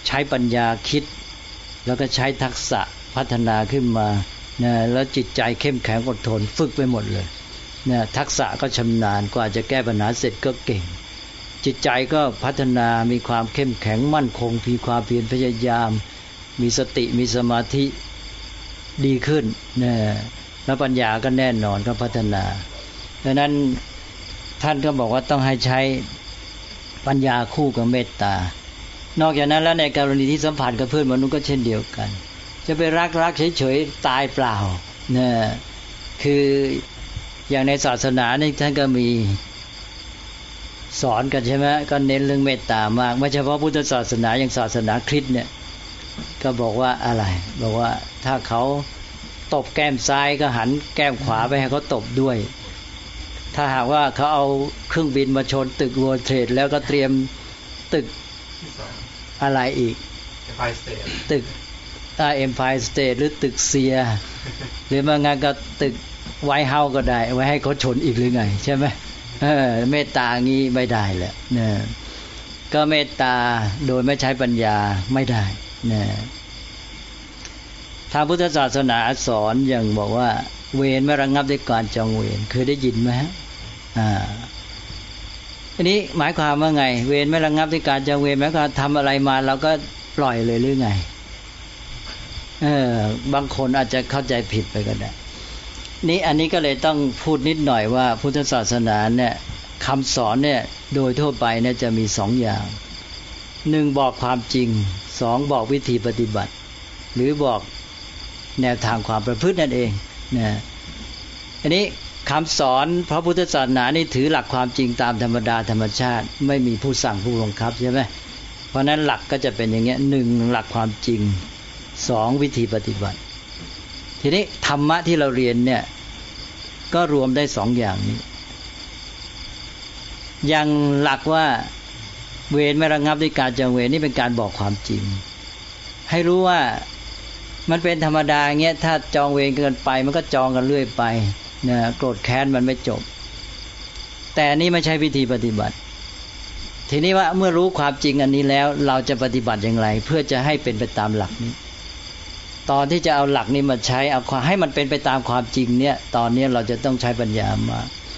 ใช้ปัญญาคิดแล้วก็ใช้ทักษะพัฒนาขึ้นมานะแล้วจิตใจเข้มแข็งอดทนฝึกไปหมดเลยนะทักษะก็ชำนาญกว่าจะแก้ปัญหาเสร็จก็เก่งจิตใจก็พัฒนามีความเข้มแข็งมั่นคงมีความเพียรพยายามมีสติมีสมาธิดีขึ้นนะแล้วปัญญาก็แน่นอนก็พัฒนาดังนั้นท่านก็บอกว่าต้องให้ใช้ปัญญาคู่กับเมตตานอกจากนั้นแล้วในกรณีที่สัมพันธ์กับเพื่อนมนุษย์ก็เช่นเดียวกันจะไปรักเฉยๆตายเปล่านะคืออย่างในศาสนานี่ท่านก็มีสอนกันใช่ไหมก็เน้นเรื่องเมตตามากไม่เฉพาะพุทธศาสนาอย่างศาสนาคริสต์เนี่ยก็บอกว่าอะไรบอกว่าถ้าเขาตบแก้มซ้ายก็หันแก้มขวาไปให้เขาตบด้วยถ้าหากว่าเขาเอาเครื่องบินมาชนตึก World Trade แล้วก็เตรียมตึกอะไรอีกตึกEmpire State หรือตึกเซียหรือไม่งั้นก็ตึกไวท์เฮาส์ก็ได้ไว้ให้เขาชนอีกหรือไงใช่ไหมเมตตางี้ไม่ได้แหละนะก็เมตตาโดยไม่ใช้ปัญญาไม่ได้นะทางพุทธศาสนาสอนอย่างบอกว่าเวรไม่ระงับด้วยการจองเวรเคยได้ยินไหมฮะอันนี้หมายความว่าไงเวรไม่ระงับด้วยการจองเวรหมายความทำอะไรมาเราก็ปล่อยเลยหรือไงบางคนอาจจะเข้าใจผิดไปก็ได้นี่อันนี้ก็เลยต้องพูดนิดหน่อยว่าพุทธศาสนาเนี่ยคำสอนเนี่ยโดยทั่วไปเนี่ยจะมี2อย่าง1บอกความจริง2บอกวิธีปฏิบัติหรือบอกแนวทางความประพฤตินั่นเองนะอันนี้คำสอนพระพุทธศาสนานี่ถือหลักความจริงตามธรรมดาธรรมชาติไม่มีผู้สั่งผู้บังคับใช่ไหมเพราะนั้นหลักก็จะเป็นอย่างเงี้ย1หลักความจริง2วิธีปฏิบัติทีนี้ธรรมะที่เราเรียนเนี่ยก็รวมได้2อย่างนี้อย่างหลักว่าเวรไม่ระงับด้วยการจองเวรนี่เป็นการบอกความจริงให้รู้ว่ามันเป็นธรรมดาเงี้ยถ้าจองเวรเกินไปมันก็จองกันเรื่อยไปนะโกรธแค้นมันไม่จบแต่นี่ไม่ใช่วิธีปฏิบัติทีนี้ว่าเมื่อรู้ความจริงอันนี้แล้วเราจะปฏิบัติอย่างไรเพื่อจะให้เป็นไปตามหลักนี้ตอนที่จะเอาหลักนี้มาใช้เอาให้มันเป็นไปตามความจริงเนี่ยตอนนี้เราจะต้องใช้ปัญญามา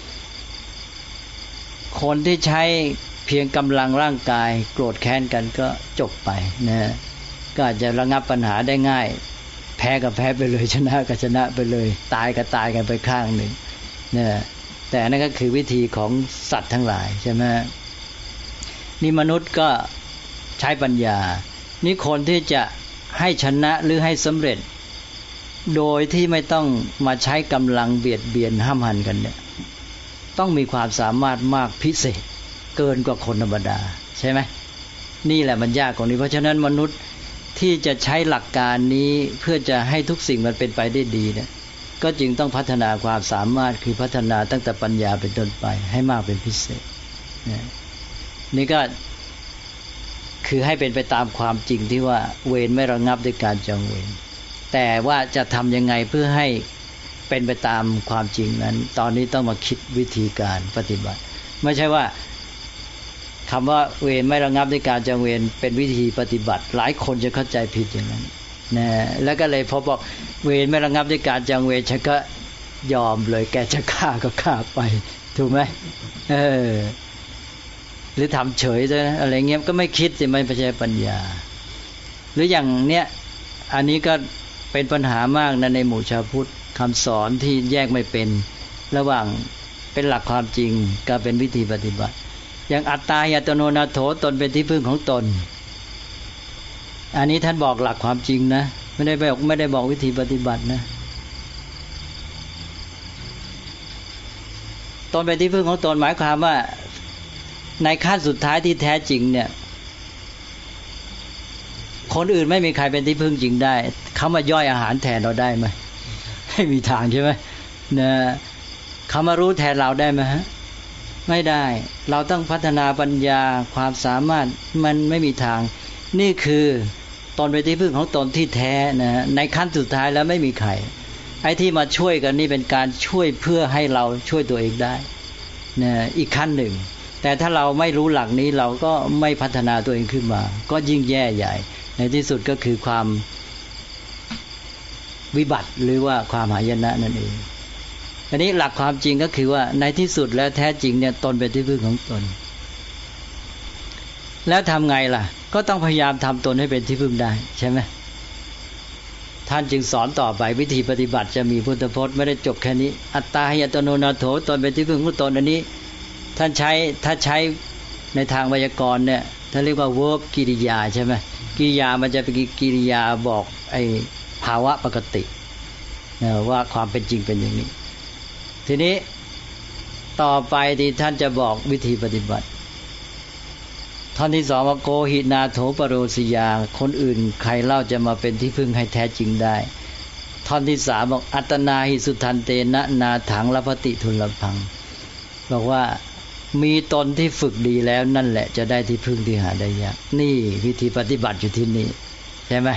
คนที่ใช้เพียงกำลังร่างกายโกรธแค้นกันก็จบไปนะก็อาจจะระงับปัญหาได้ง่ายแพ้ก็แพ้ไปเลยชนะก็ชนะไปเลยตายก็ตายกันไปข้างหนึ่งนะแต่นั่นก็คือวิธีของสัตว์ทั้งหลายใช่ไหมนี่มนุษย์ก็ใช้ปัญญานี่คนที่จะให้ชนะหรือให้สำเร็จโดยที่ไม่ต้องมาใช้กำลังเบียดเบียนห้ามหันกันเนี่ยต้องมีความสามารถมากพิเศษเกินกว่าคนธรรมดาใช่ไหมนี่แหละมันยากกว่านี้เพราะฉะนั้นมนุษย์ที่จะใช้หลักการนี้เพื่อจะให้ทุกสิ่งมันเป็นไปได้ดีเนี่ยก็จึงต้องพัฒนาความสามารถคือพัฒนาตั้งแต่ปัญญาเป็นต้นไปให้มากเป็นพิเศษนี่ก็คือให้เป็นไปตามความจริงที่ว่าเวรไม่ระงับด้วยการจองเวรแต่ว่าจะทำยังไงเพื่อให้เป็นไปตามความจริงนั้นตอนนี้ต้องมาคิดวิธีการปฏิบัติไม่ใช่ว่าคำว่าเวรไม่ระงับด้วยการจองเวรเป็นวิธีปฏิบัติหลายคนจะเข้าใจผิดอย่างนั้นนะแล้วก็เลยพอบอกเวรไม่ระงับด้วยการจองเวรฉันก็ยอมเลยแกจะฆ่าก็ฆ่าไปถูกไหมหรือทำเฉยด้วยนะอะไรเงี้ยก็ไม่คิดสิไม่ใช่ปัญญาหรืออย่างเนี้ยอันนี้ก็เป็นปัญหามากนะในหมู่ชาวพุทธคำสอนที่แยกไม่เป็นระหว่างเป็นหลักความจริงกับเป็นวิธีปฏิบัติอย่างอัตตาหิอัตโนนาโถตนเป็นที่พึ่งของตนอันนี้ท่านบอกหลักความจริงนะไม่ได้บอกวิธีปฏิบัตินะตนเป็นที่พึ่งของตนหมายความว่าในขั้นสุดท้ายที่แท้จริงเนี่ยคนอื่นไม่มีใครเป็นที่พึ่งจริงได้เขามาย่อยอาหารแทนเราได้ไหมไม่มีทางใช่ไหมนะเขามารู้แทนเราได้ไหมฮะไม่ได้เราต้องพัฒนาปัญญาความสามารถมันไม่มีทางนี่คือตนเป็นที่พึ่งของตนที่แท้นะในขั้นสุดท้ายแล้วไม่มีใครไอ้ที่มาช่วยกันนี่เป็นการช่วยเพื่อให้เราช่วยตัวเองได้นะอีกขั้นหนึ่งแแต่ถ้าเราไม่รู้หลักนี้เราก็ไม่พัฒนาตัวเองขึ้นมาก็ยิ่งแย่ใหญ่ในที่สุดก็คือความวิบัติหรือว่าความหายนะนั่นเองอันนี้หลักความจริงก็คือว่าในที่สุดแล้วแท้จริงเนี่ยตนเป็นที่พึ่งของตนแล้วทำไงล่ะก็ต้องพยายามทำตนให้เป็นที่พึ่งได้ใช่ไหมท่านจึงสอนต่อไปวิธีปฏิบัติจะมีพุทธพจน์ไม่ได้จบแค่นี้อัตตาหิอัตโนนาโถตนเป็นที่พึ่งของตนอันนี้ท่านถ้าใช้ในทางไวยากรณ์เนี่ยท่านเรียกว่า verb กิริยาใช่ไหมกิริยามันจะเป็นกิริยาบอกไอ้ภาวะปกติว่าความเป็นจริงเป็นอย่างนี้ทีนี้ต่อไปที่ท่านจะบอกวิธีปฏิบัติท่อนที่สองว่าโกหินาโถปโรสิยาคนอื่นใครเล่าจะมาเป็นที่พึ่งให้แท้จริงได้ท่อนที่สามบอกอัตนาหิสุทันเตนะนาถังลภติทุลพังบอกว่ามีตนที่ฝึกดีแล้วนั่นแหละจะได้ที่พึ่งที่หาได้ยากนี่วิธีปฏิบัติอยู่ที่นี่ใช่ไหม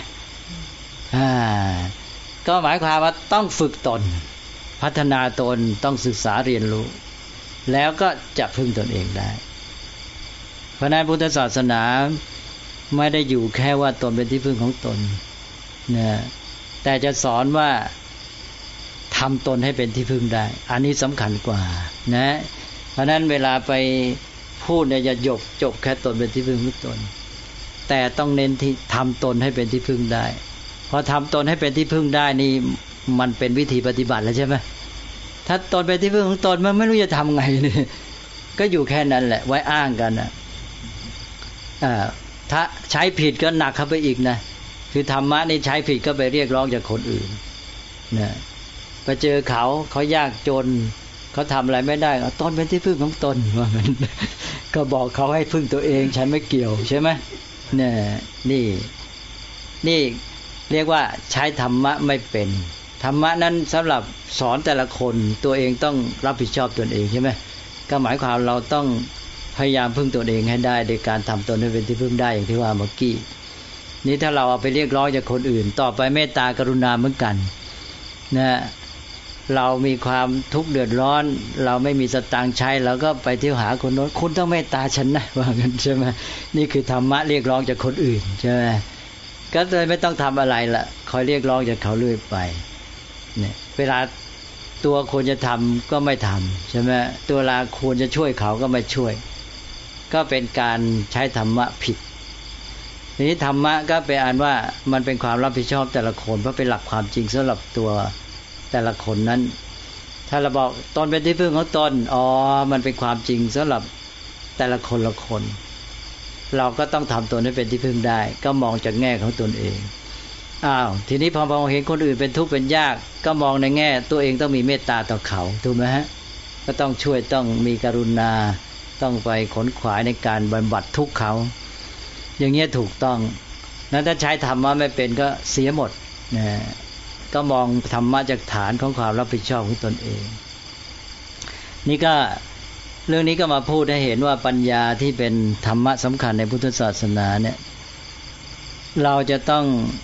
ก็หมายความว่าต้องฝึกตนพัฒนาตนต้องศึกษาเรียนรู้แล้วก็จะพึ่งตนเองได้เพราะนั้นพุทธศาสนาไม่ได้อยู่แค่ว่าตนเป็นที่พึ่งของตนนะแต่จะสอนว่าทำตนให้เป็นที่พึ่งได้อันนี้สำคัญกว่านะเพราะนั้นเวลาไปพูดเนี่ยอย่าจบแค่ตนเป็นที่พึ่งของตนแต่ต้องเน้นที่ทำตนให้เป็นที่พึ่งได้พอทำตนให้เป็นที่พึ่งได้นี่มันเป็นวิธีปฏิบัติแล้วใช่ไหมถ้าตนเป็นที่พึ่งของตนมันไม่รู้จะทำไงนี่ก็อยู่แค่นั้นแหละไว้อ้างกันนะถ้าใช้ผิดก็หนักเข้าไปอีกนะคือธรรมะนี่ใช้ผิดก็ไปเรียกร้องจากคนอื่นนะไปเจอเขายากจนเขาทำอะไรไม่ได้ตนเป็นที่พึ่งของตนว่ามันก็บอกเขาให้พึ่งตัวเองฉันไม่เกี่ยวใช่ไหมเนี่ยนี่เรียกว่าใช้ธรรมะไม่เป็นธรรมะนั้นสำหรับสอนแต่ละคนตัวเองต้องรับผิดชอบตนเองใช่ไหมก็หมายความเราต้องพยายามพึ่งตนเองให้ได้โดยการทำตนให้เป็นที่พึ่งได้อย่างที่ว่าเมื่อกี้นี้ถ้าเราเอาไปเรียกร้องจากคนอื่นต่อไปเมตตากรุณาเหมือนกันนะเรามีความทุกข์เดือดร้อนเราไม่มีสตางค์ใช้เราก็ไปเที่ยวหาคนโน้นคุณต้องเมตตาฉันนะว่างั้นใช่ไหมนี่คือธรรมะเรียกร้องจากคนอื่นใช่ไหมก็เลยไม่ต้องทำอะไรละคอยเรียกร้องจากเขาเรื่อยไปเนี่ยเวลาตัวควรจะทำก็ไม่ทำใช่ไหมตัวลาควรจะช่วยเขาก็ไม่ช่วยก็เป็นการใช้ธรรมะผิดทีนี้ธรรมะก็เป็นอันว่ามันเป็นความรับผิดชอบแต่ละคนเพราะเป็นหลักความจริงสำหรับตัวแต่ละคนนั้นถ้าเราบอกตนเป็นที่พึ่งของตนมันเป็นความจริงสำหรับแต่ละคนละคนเราก็ต้องทำตนให้เป็นที่พึ่งได้ก็มองจากแง่ของตนเองทีนี้พอมองเห็นคนอื่นเป็นทุกข์เป็นยากก็มองในแง่ตัวเองต้องมีเมตตาต่อเขาถูกไหมฮะก็ต้องช่วยต้องมีกรุณาต้องไปขนขวายในการบำบัดทุกข์เขาอย่างเงี้ยถูกต้องนั้นถ้าใช้ธรรมะไม่เป็นก็เสียหมดนะก็มองธรรมะจากฐานของความรับผิดชอบของตนเองนี่ก็เรื่องนี้ก็มาพูดให้เห็นว่าปัญญาที่เป็นธรรมะสำคัญในพุทธศาสนาเนี่ยเราจะต้อง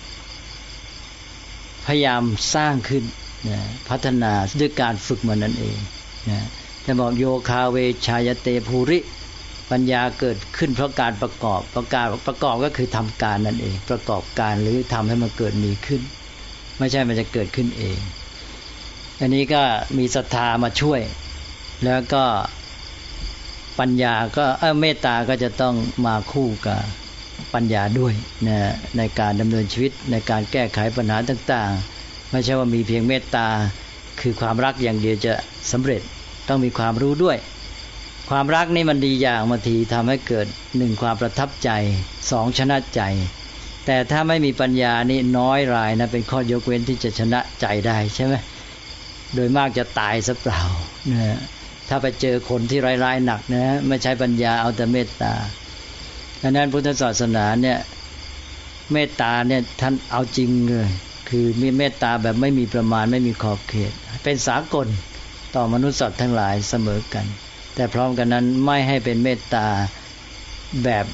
พยายามสร้างขึ้นนะพัฒนาด้วยการฝึกมันนั่นเองนะจะบอกโยคาเวชายเตภูริปัญญาเกิดขึ้นเพราะการประกอบก็คือทำการนั่นเองประกอบการหรือทำให้มันเกิดมีขึ้นไม่ใช่มันจะเกิดขึ้นเองอันนี้ก็มีศรัทธามาช่วยแล้วก็ปัญญาก็เมตตาก็จะต้องมาคู่กับปัญญาด้วยนะในการดำเนินชีวิตในการแก้ไขปัญหาต่างๆไม่ใช่ว่ามีเพียงเมตตาคือความรักอย่างเดียวจะสำเร็จต้องมีความรู้ด้วยความรักนี่มันดีอย่างบางทีทำให้เกิด1ความประทับใจ2ชนะใจแต่ถ้าไม่มีปัญญานี่น้อยรายนะเป็นข้อยกเว้นที่จะชนะใจได้ใช่ไหมโดยมากจะตายซะเปล่านะถ้าไปเจอคนที่ร้ายๆหนักนะไม่ใช้ปัญญาเอาแต่เมตตาดังนั้นพุทธศาสนาเนี่ยเมตตาเนี่ยท่านเอาจริงเลยคือมีเมตตาแบบไม่มีประมาณไม่มีขอบเขตเป็นสากลต่อมนุษย์สัตว์ทั้งหลายเสมอกันแต่พร้อมกันนั้นไม่ให้เป็นเมตตาแบบ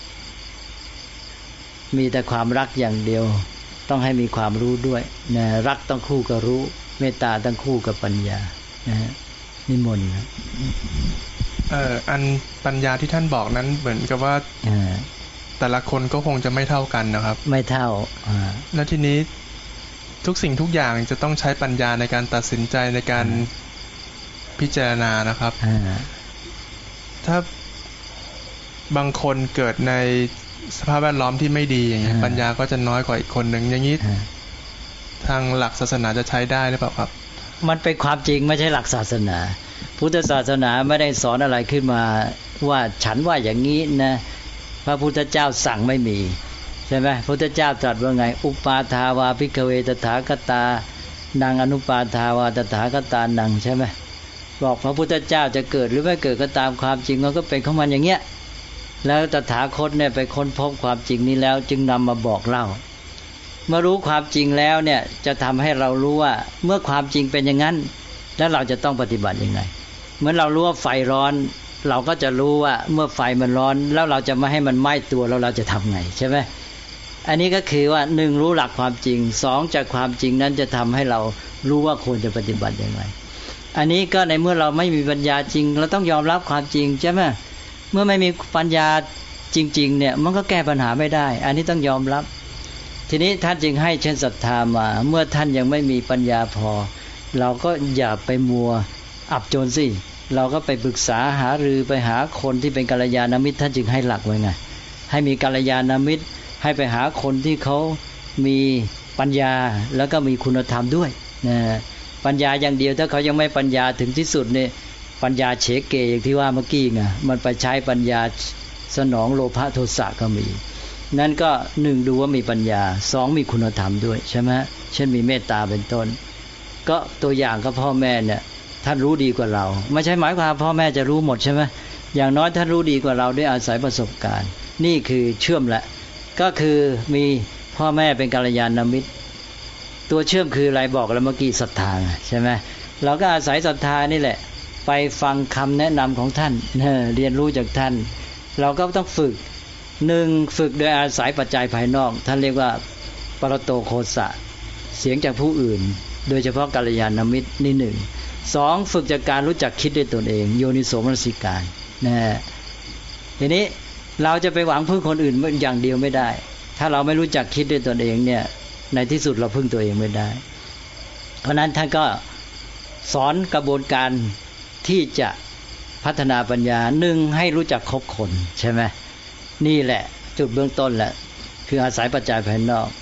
มีแต่ความรักอย่างเดียวต้องให้มีความรู้ด้วยนะรักต้องคู่กับรู้เมตตาต้องคู่กับปัญญานะนิมนต์อันปัญญาที่ท่านบอกนั้นเหมือนกับว่าแต่ละคนก็คงจะไม่เท่ากันนะครับไม่เท่าแล้วทีนี้ทุกสิ่งทุกอย่างจะต้องใช้ปัญญาในการตัดสินใจในการพิจารณานะครับถ้าบางคนเกิดในสภาพแวดล้อมที่ไม่ดีอย่างนี้ปัญญาก็จะน้อยกว่าอีกคนหนึ่งอย่างนี้ทางหลักศาสนาจะใช้ได้หรือเปล่าครับมันเป็นความจริงไม่ใช่หลักศาสนาพุทธศาสนาไม่ได้สอนอะไรขึ้นมาว่าฉันว่าอย่างนี้นะพระพุทธเจ้าสั่งไม่มีใช่ไหมพระพุทธเจ้าตรัสว่าไงอุปาทาวาภิกขเวตถาคตานังอนุปาทาวาตถาคตานังใช่ไหมบอกพระพุทธเจ้าจะเกิดหรือไม่เกิดก็ตามความจริงมันก็เป็นของมันอย่างเงี้ยแล้วตถาคตเนี่ยไปค้นพบความจริงนี้แล้วจึงนำมาบอกเล่าเมื่อรู้ความจริงแล้วเนี่ยจะทำให้เรารู้ว่าเมื่อความจริงเป็นอย่างนั้นแล้วเราจะต้องปฏิบัติยังไงเหมือนเรารู้ว่าไฟร้อนเราก็จะรู้ว่าเมื่อไฟมันร้อนแล้วเราจะไม่ให้มันไหม้ตัวแล้วเราจะทำไงใช่ไหมอันนี้ก็คือว่า1รู้หลักความจริง2จากความจริงนั้นจะทำให้เรารู้ว่าควรจะปฏิบัติยังไงอันนี้ก็ในเมื่อเราไม่มีปัญญาจริงเราต้องยอมรับความจริงใช่ไหมเมื่อไม่มีปัญญาจริงๆเนี่ยมันก็แก้ปัญหาไม่ได้อันนี้ต้องยอมรับทีนี้ท่านจึงให้เช่นศรัทธามาเมื่อท่านยังไม่มีปัญญาพอเราก็อย่าไปมัวอับจนสิเราก็ไปปรึกษาหารือไปหาคนที่เป็นกัลยาณมิตรท่านจึงให้หลักไว้ไงให้มีกัลยาณมิตรให้ไปหาคนที่เขามีปัญญาแล้วก็มีคุณธรรมด้วยนะปัญญาอย่างเดียวถ้าเขายังไม่ปัญญาถึงที่สุดเนี่ยปัญญาเฉเกอย่างที่ว่าเมื่อกี้ไงมันไปใช้ปัญญาสนองโลภะโทสะก็มีนั่นก็1ดูว่ามีปัญญา2มีคุณธรรมด้วยใช่ไหมเช่นมีเมตตาเป็นต้นก็ตัวอย่างก็พ่อแม่เนี่ยท่านรู้ดีกว่าเราไม่ใช่หมายความพ่อแม่จะรู้หมดใช่ไหมอย่างน้อยท่านรู้ดีกว่าเราด้วยอาศัยประสบการณ์นี่คือเชื่อมแหละก็คือมีพ่อแม่เป็นกัลยาณมิตรตัวเชื่อมคืออะไรบอกแล้วเมื่อกี้ศรัทธาใช่ไหมเราก็อาศัยศรัทธานี่แหละไปฟังคำแนะนำของท่านเรียนรู้จากท่านเราก็ต้องฝึก1ฝึกโดยอาศัยปัจจัยภายนอกท่านเรียกว่าปรโตโคสะเสียงจากผู้อื่นโดยเฉพาะกัลยาณมิตรนี่1 2ฝึกจากการรู้จักคิดด้วยตนเองโยนิโสมนสิการทีนี้เราจะไปหวังพึ่งคนอื่นอย่างเดียวไม่ได้ถ้าเราไม่รู้จักคิดด้วยตนเองเนี่ยในที่สุดเราพึ่งตัวเองไม่ได้เพราะนั้นท่านก็สอนกระบวนการที่จะพัฒนาปัญญา1ให้รู้จักคบคนใช่ไหมนี่แหละจุดเบื้องต้นแหละคืออาศัยปัจจัยภายนอก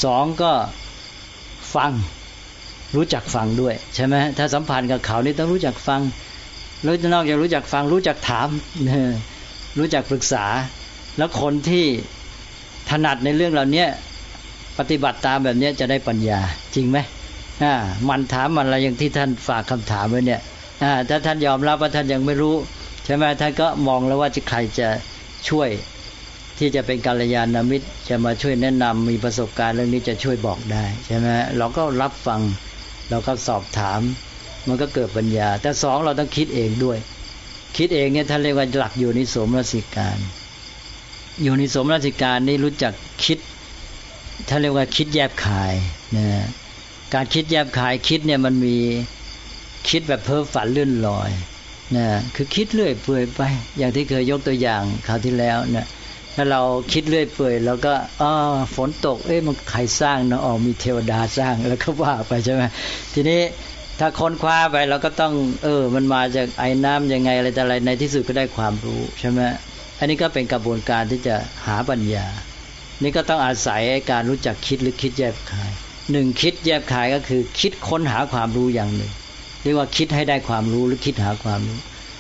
2ก็ฟังรู้จักฟังด้วยใช่ไหมถ้าสัมพันธ์กับเขานี่ต้องรู้จักฟังแล้วนอกจากรู้จักฟังรู้จักถามรู้จักปรึกษาแล้วคนที่ถนัดในเรื่องเหล่านี้ปฏิบัติตามแบบนี้จะได้ปัญญาจริงไหมมันถามมันอะไรอย่างที่ท่านฝากคำถามไว้เนี่ยถ้าท่านยอมรับว่าท่านยังไม่รู้ใช่ไหมท่านก็มองแล้วว่าใครจะช่วยที่จะเป็นกัลยาณมิตรจะมาช่วยแนะนำมีประสบการณ์เรื่องนี้จะช่วยบอกได้ใช่ไหมเราก็รับฟังเราก็สอบถามมันก็เกิดปัญญาแต่2เราต้องคิดเองด้วยคิดเองเนี่ยท่านเรียกว่าหลักโยนิโสมนสิการโยนิโสมนสิการนี่รู้จักคิดท่านเรียกว่าคิดแยบคายนะการคิดแยบคายคิดเนี่ยมันมีคิดแบบเพ้อฝันเลื่อนลอยนะคือคิดเรื่อยเปื่อยไปอย่างที่เคยยกตัวอย่างคราวที่แล้วนะถ้าเราคิดเรื่อยเปื่อยแล้วก็ฝนตกมันใครสร้างเนาะมีเทวดาสร้างแล้วก็ว่าไปใช่ไหมทีนี้ถ้าค้นคว้าไปเราก็ต้องมันมาจากไอ้น้ำยังไงอะไรแต่อะไรในที่สุดก็ได้ความรู้ใช่ไหมอันนี้ก็เป็นกระบวนการที่จะหาปัญญานี่ก็ต้องอาศัยการรู้จักคิดหรือคิดแยบคาย1คิดแยบคายก็คือคิดค้นหาความรู้อย่างหนึ่งเรียกว่าคิดให้ได้ความรู้หรือคิดหาความรู้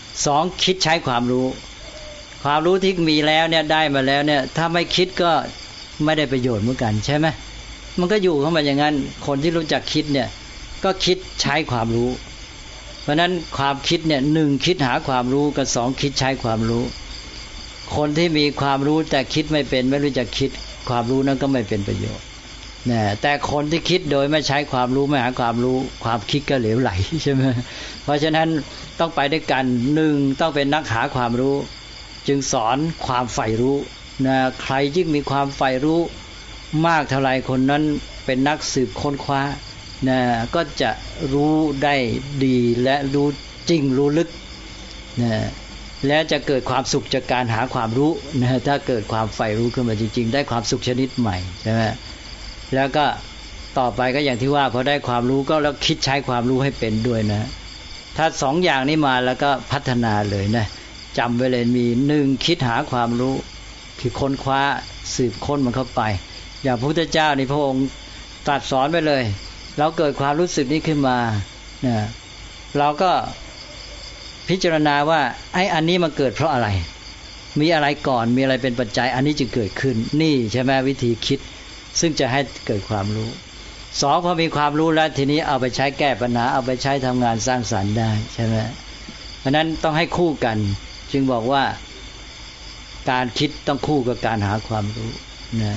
2คิดใช้ความรู้ที่มีแล้วเนี่ยได้มาแล้วเนี่ยถ้าไม่คิดก็ไม่ได้ประโยชน์เหมือนกันใช่ไหมมันก็อยู่เข้ามาอย่างนั้นคนที่รู้จักคิดเนี่ยก็คิดใช้ความรู้เพราะนั้นความคิดเนี่ย1คิดหาความรู้กับ2คิดใช้ความรู้คนที่มีความรู้แต่คิดไม่เป็นไม่รู้จักคิดความรู้นั้นก็ไม่เป็นประโยชน์แต่คนที่คิดโดยไม่ใช้ความรู้ไม่หาความรู้ความคิดก็เหลวไหลใช่ไหมเพราะฉะนั้นต้องไปด้วยกัน1ต้องเป็นนักหาความรู้จึงสอนความใฝ่รู้ใครยิ่งมีความใฝ่รู้มากเท่าไรคนนั้นเป็นนักสืบค้นคว้าก็จะรู้ได้ดีและรู้จริงรู้ลึกและจะเกิดความสุขจากการหาความรู้นะถ้าเกิดความใฝ่รู้ขึ้นมาจริงๆได้ความสุขชนิดใหม่ใช่ไหมแล้วก็ต่อไปก็อย่างที่ว่าพอได้ความรู้ก็แล้วคิดใช้ความรู้ให้เป็นด้วยนะถ้าสองอย่างนี้มาแล้วก็พัฒนาเลยนะจำไว้เลยมีหนึ่งคิดหาความรู้คือค้นคว้าสืบค้นมันเข้าไปอย่างพระพุทธเจ้านี่พระองค์ตรัสสอนไปเลยเราเกิดความรู้สึกนี้ขึ้นมานะเราก็พิจารณาว่าไอ้อันนี้มันเกิดเพราะอะไรมีอะไรก่อนมีอะไรเป็นปัจจัยอันนี้จึงเกิดขึ้นนี่ใช่ไหมวิธีคิดซึ่งจะให้เกิดความรู้สองพอมีความรู้แล้วทีนี้เอาไปใช้แก้ปัญหาเอาไปใช้ทำงานสร้างสรรค์ได้ใช่ไหมเพราะนั้นต้องให้คู่กันจึงบอกว่าการคิดต้องคู่กับการหาความรู้นะ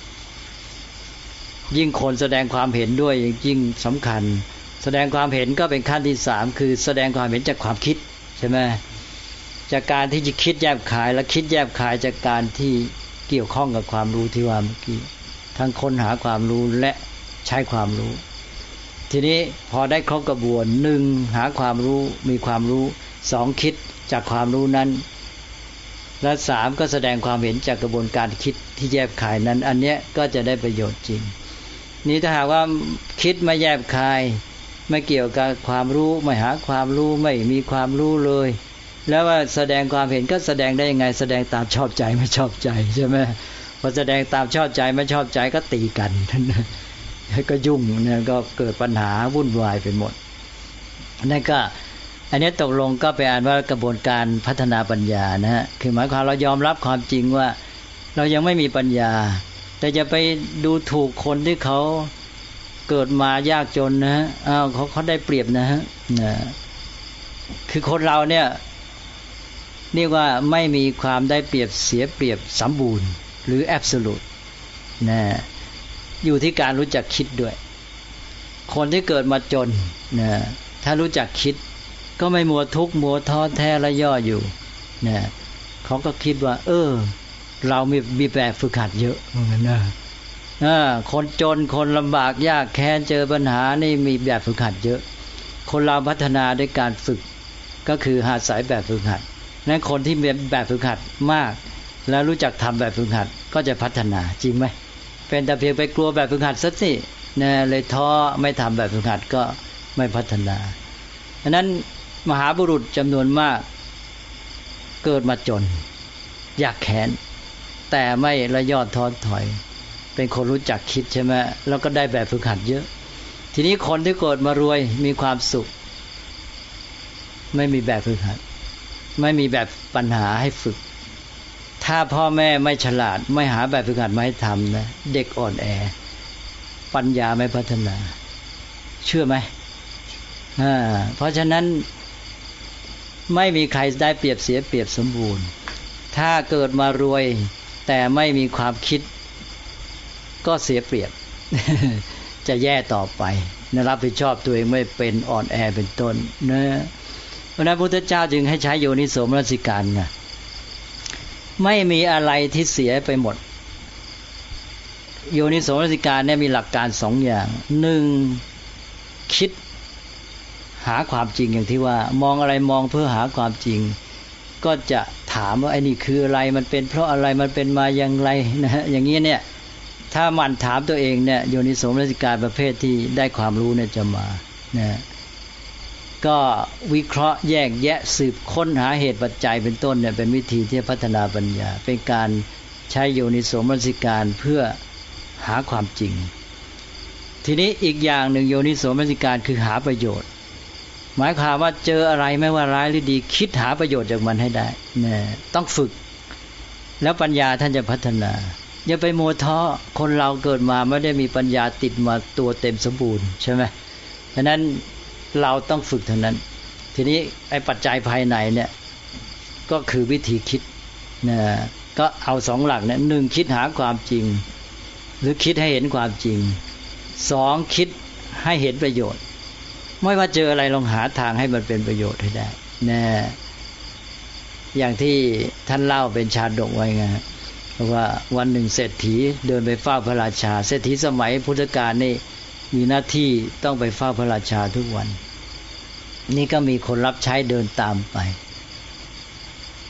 ยิ่งคนแสดงความเห็นด้วยยิ่งสำคัญแสดงความเห็นก็เป็นขั้นที่สามคือแสดงความเห็นจากความคิดใช่ไหมจากการที่จะคิดแยบขายและคิดแยบขายจากการที่เกี่ยวข้องกับความรู้ที่ว่าเมื่อกี้ทั้งค้นหาความรู้และใช้ความรู้ทีนี้พอได้ครบกระบวนหนึ่งหาความรู้มีความรู้สองคิดจากความรู้นั้นและสามก็แสดงความเห็นจากกระบวนการคิดที่แยบขายนั้นอันเนี้ยก็จะได้ประโยชน์จริงนี้ถ้าหากว่าคิดไม่แยบคายไม่เกี่ยวกับความรู้ไม่หาความรู้ไม่มีความรู้เลยแล้วว่าแสดงความเห็นก็แสดงได้ยังไงแสดงตามชอบใจไม่ชอบใจใช่ไหมพอแสดงตามชอบใจไม่ชอบใจก็ตีกันก็ยุ่งเนี่ยก็เกิดปัญหาวุ่นวายไปหมดนั่นก็อันนี้ตกลงก็เป็นอันว่ากระบวนการพัฒนาปัญญานะฮะคือหมายความเรายอมรับความจริงว่าเรายังไม่มีปัญญาแต่จะไปดูถูกคนที่เขาเกิดมายากจนนะฮะเขาได้เปรียบนะฮะคือคนเราเนี่ยนี่ว่าไม่มีความได้เปรียบเสียเปรียบสมบูรณ์หรือแอบสูตรนะอยู่ที่การรู้จักคิดด้วยคนที่เกิดมาจนนะถ้ารู้จักคิดก็ไม่มัวทุกข์มัวท้อแท้และย่ออยู่นะเขาก็คิดว่าเรามีแบบฝึกหัดเยอะเหมือนกันนะคนจนคนลำบากยากแค้นเจอปัญหานี่มีแบบฝึกหัดเยอะคนเราพัฒนาด้วยการฝึกก็คือหาสายแบบฝึกหัดนั้นคนที่มีแบบฝึกหัดมากแล้วรู้จักทำแบบฝึกหัดก็จะพัฒนาจริงไหมเป็นแต่เพียงไปกลัวแบบฝึกหัดซะสินะเลยท้อไม่ทำแบบฝึกหัดก็ไม่พัฒนาฉะนั้นมหาบุรุษจำนวนมากเกิดมาจนยากแค้นแต่ไม่ละยอดท้อถอยเป็นคนรู้จักคิดใช่ไหมแล้วก็ได้แบบฝึกหัดเยอะทีนี้คนที่เกิดมารวยมีความสุขไม่มีแบบฝึกหัดไม่มีแบบปัญหาให้ฝึกถ้าพ่อแม่ไม่ฉลาดไม่หาแบบฝึกหัดมาให้ทำนะเด็กอ่อนแอปัญญาไม่พัฒนาเชื่อไหมเพราะฉะนั้นไม่มีใครได้เปรียบเสียเปรียบสมบูรณ์ถ้าเกิดมารวยแต่ไม่มีความคิดก็เสียเปรียบ จะแย่ต่อไปนะรับผิดชอบตัวเองไม่เป็นอ่อนแอเป็นต้นนะเพราะนั้นพระพุทธเจ้าจึงให้ใช้โยนิโสมนสิการไงไม่มีอะไรที่เสียไปหมดโยนิโสมนสิการเนี่ยมีหลักการสองอย่างหนึ่งคิดหาความจริงอย่างที่ว่ามองอะไรมองเพื่อหาความจริงก็จะถามว่าไอ้นี่คืออะไรมันเป็นเพราะอะไรมันเป็นมาอย่างไรนะฮะอย่างนี้เนี่ยถ้ามันถามตัวเองเนี่ยโยนิโสมนสิการประเภทที่ได้ความรู้เนี่ยจะมานะก็วิเคราะห์แยกแยะสืบค้นหาเหตุปัจจัยเป็นต้นเนี่ยเป็นวิธีที่พัฒนาปัญญาเป็นการใช้โยนิโสมนสิการเพื่อหาความจริงทีนี้อีกอย่างหนึ่งโยนิโสมนสิการคือหาประโยชน์หมายความว่าเจออะไรไม่ว่าร้ายหรือดีคิดหาประโยชน์จากมันให้ได้นะต้องฝึกแล้วปัญญาท่านจะพัฒนาอย่าไปมัวท้อคนเราเกิดมาไม่ได้มีปัญญาติดมาตัวเต็มสมบูรณ์ใช่ไหมฉะนั้นเราต้องฝึกเท่านั้นทีนี้ไอ้ปัจจัยภายในเนี่ยก็คือวิธีคิดนะก็เอาสองหลักเนี่ยหนึ่งคิดหาความจริงหรือคิดให้เห็นความจริงสองคิดให้เห็นประโยชน์ไม่ว่าเจออะไรลองหาทางให้มันเป็นประโยชน์ให้ได้นะอย่างที่ท่านเล่าเป็นชาดกไว้ไงว่าวันหนึ่งเศรษฐีเดินไปเฝ้าพระราชาเศรษฐีสมัยพุทธกาลนี่มีหน้าที่ต้องไปเฝ้าพระราชาทุกวันนี่ก็มีคนรับใช้เดินตามไป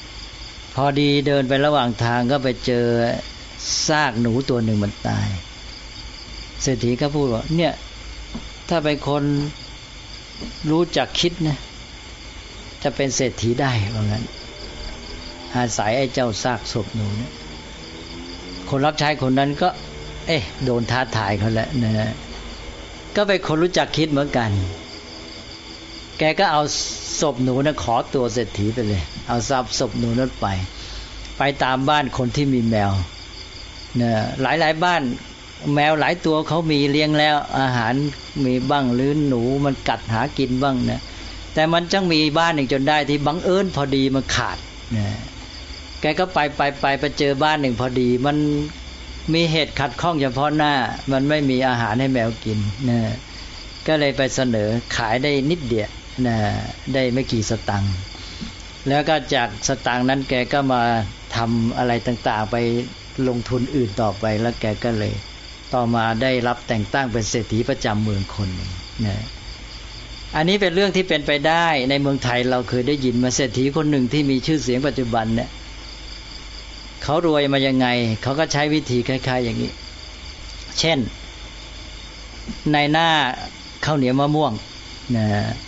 พอดีเดินไประหว่างทางก็ไปเจอซากหนูตัวหนึ่งมันตายเศรษฐีก็พูดว่าเนี่ยถ้าเป็นคนรู้จักคิดนะจะเป็นเศรษฐีได้ว่างั้นอาศัยไอ้เจ้าซากศพหนูเนี่ยคนรับใช้คนนั้นก็โดนท้าทายเขาแล้วนะก็เป็นคนรู้จักคิดเหมือนกันแกก็เอาศพหนูนะขอตัวเศรษฐีไปเลยเอาทรัพย์ศพหนูนั้นไปตามบ้านคนที่มีแมวนะหลายบ้านแมวหลายตัวเขามีเลี้ยงแล้วอาหารมีบ้างหรือหนูมันกัดหากินบ้างนะแต่มันจังมีบ้านหนึ่งจนได้ที่บังเอิญพอดีมันขาดนะแกก็ไปเจอบ้านหนึ่งพอดีมันมีเหตุขัดข้องเฉพาะหน้ามันไม่มีอาหารให้แมวกินนะก็เลยไปเสนอขายได้นิดเดียวนะได้ไม่กี่สตังค์แล้วก็จากสตางค์นั้นแกก็มาทำอะไรต่างๆไปลงทุนอื่นต่อไปแล้วแกก็เลยต่อมาได้รับแต่งตั้งเป็นเศรษฐีประจำเมืองคนหนึ่งนะอันนี้เป็นเรื่องที่เป็นไปได้ในเมืองไทยเราเคยได้ยินมาเศรษฐีคนหนึ่งที่มีชื่อเสียงปัจจุบันเนี่ยเขารวยมายังไงเขาก็ใช้วิธีคล้ายๆอย่างนี้เช่นในหน้าข้าวเหนียวมะม่วงนะ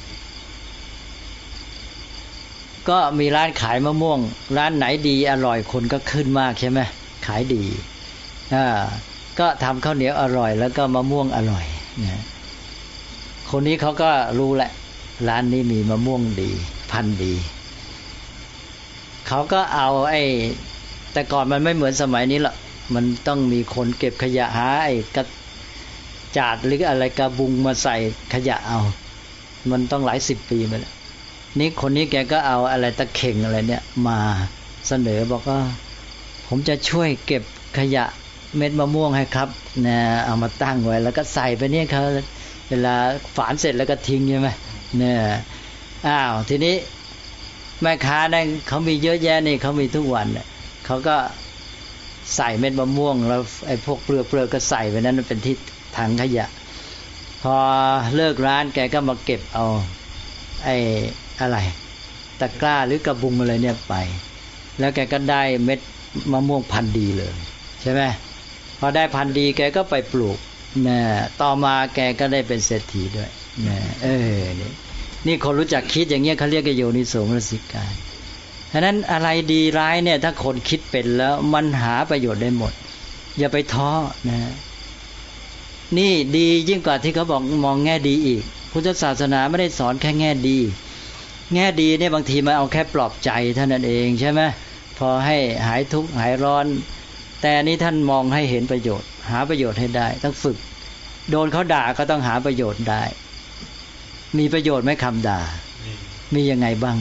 ก็มีร้านขายมะม่วงร้านไหนดีอร่อยคนก็ขึ้นมากใช่ไหมขายดีก็ทำข้าวเหนียวอร่อยแล้วก็มะม่วงอร่อยนะคนนี้เขาก็รู้แหละร้านนี้มีมะม่วงดีพันธุ์ดีเขาก็เอาแต่ก่อนมันไม่เหมือนสมัยนี้หรอกมันต้องมีคนเก็บขยะหากระจาดหรืออะไรกระบุงมาใส่ขยะเอามันต้องหลายสิบปีมาแล้วนี่คนนี้แกก็เอาอะไรตะเข่งอะไรเนี่ยมาเสนอบอกว่าผมจะช่วยเก็บขยะเม็ดมะม่วงให้ครับนะเอามาตั้งไว้แล้วก็ใส่ไปเนี่ยเขาเวลาฝานเสร็จแล้วก็ทิ้งใช่ไหมเนี่ยทีนี้แม่ค้านั่นเขามีเยอะแยะนี่เขามีทุกวันเนี่ยเขาก็ใส่เม็ดมะม่วงแล้วไอ้พวกเปลือกก็ใส่ไปนั้นเป็นที่ถังขยะพอเลิกร้านแกก็มาเก็บเอาอะไรตะกร้าหรือกระบุงอะไรเนี่ยไปแล้วแกก็ได้เม็ดมะม่วงพันธุ์ดีเลยใช่ไหมพอได้พันธุ์ดีแกก็ไปปลูกนะต่อมาแกก็ได้เป็นเศรษฐีด้วยนะนี่คนรู้จักคิดอย่างเงี้ยเขาเรียกโยนิโสมนสิการฉะนั้นอะไรดีร้ายเนี่ยถ้าคนคิดเป็นแล้วมันหาประโยชน์ได้หมดอย่าไปท้อนะนี่ดียิ่งกว่าที่เขาบอกมองแง่ดีอีกพุทธศาสนาไม่ได้สอนแค่แง่ดีเนี่ยบางทีมันเอาแค่ปลอบใจเท่านั้นเองใช่ไหมพอให้หายทุกข์หายร้อนแต่นี้ท่านมองให้เห็นประโยชน์หาประโยชน์ให้ได้ต้องฝึกโดนเขาด่าก็ต้องหาประโยชน์ได้มีประโยชน์ไหมคำด่ามียังไงบ้าง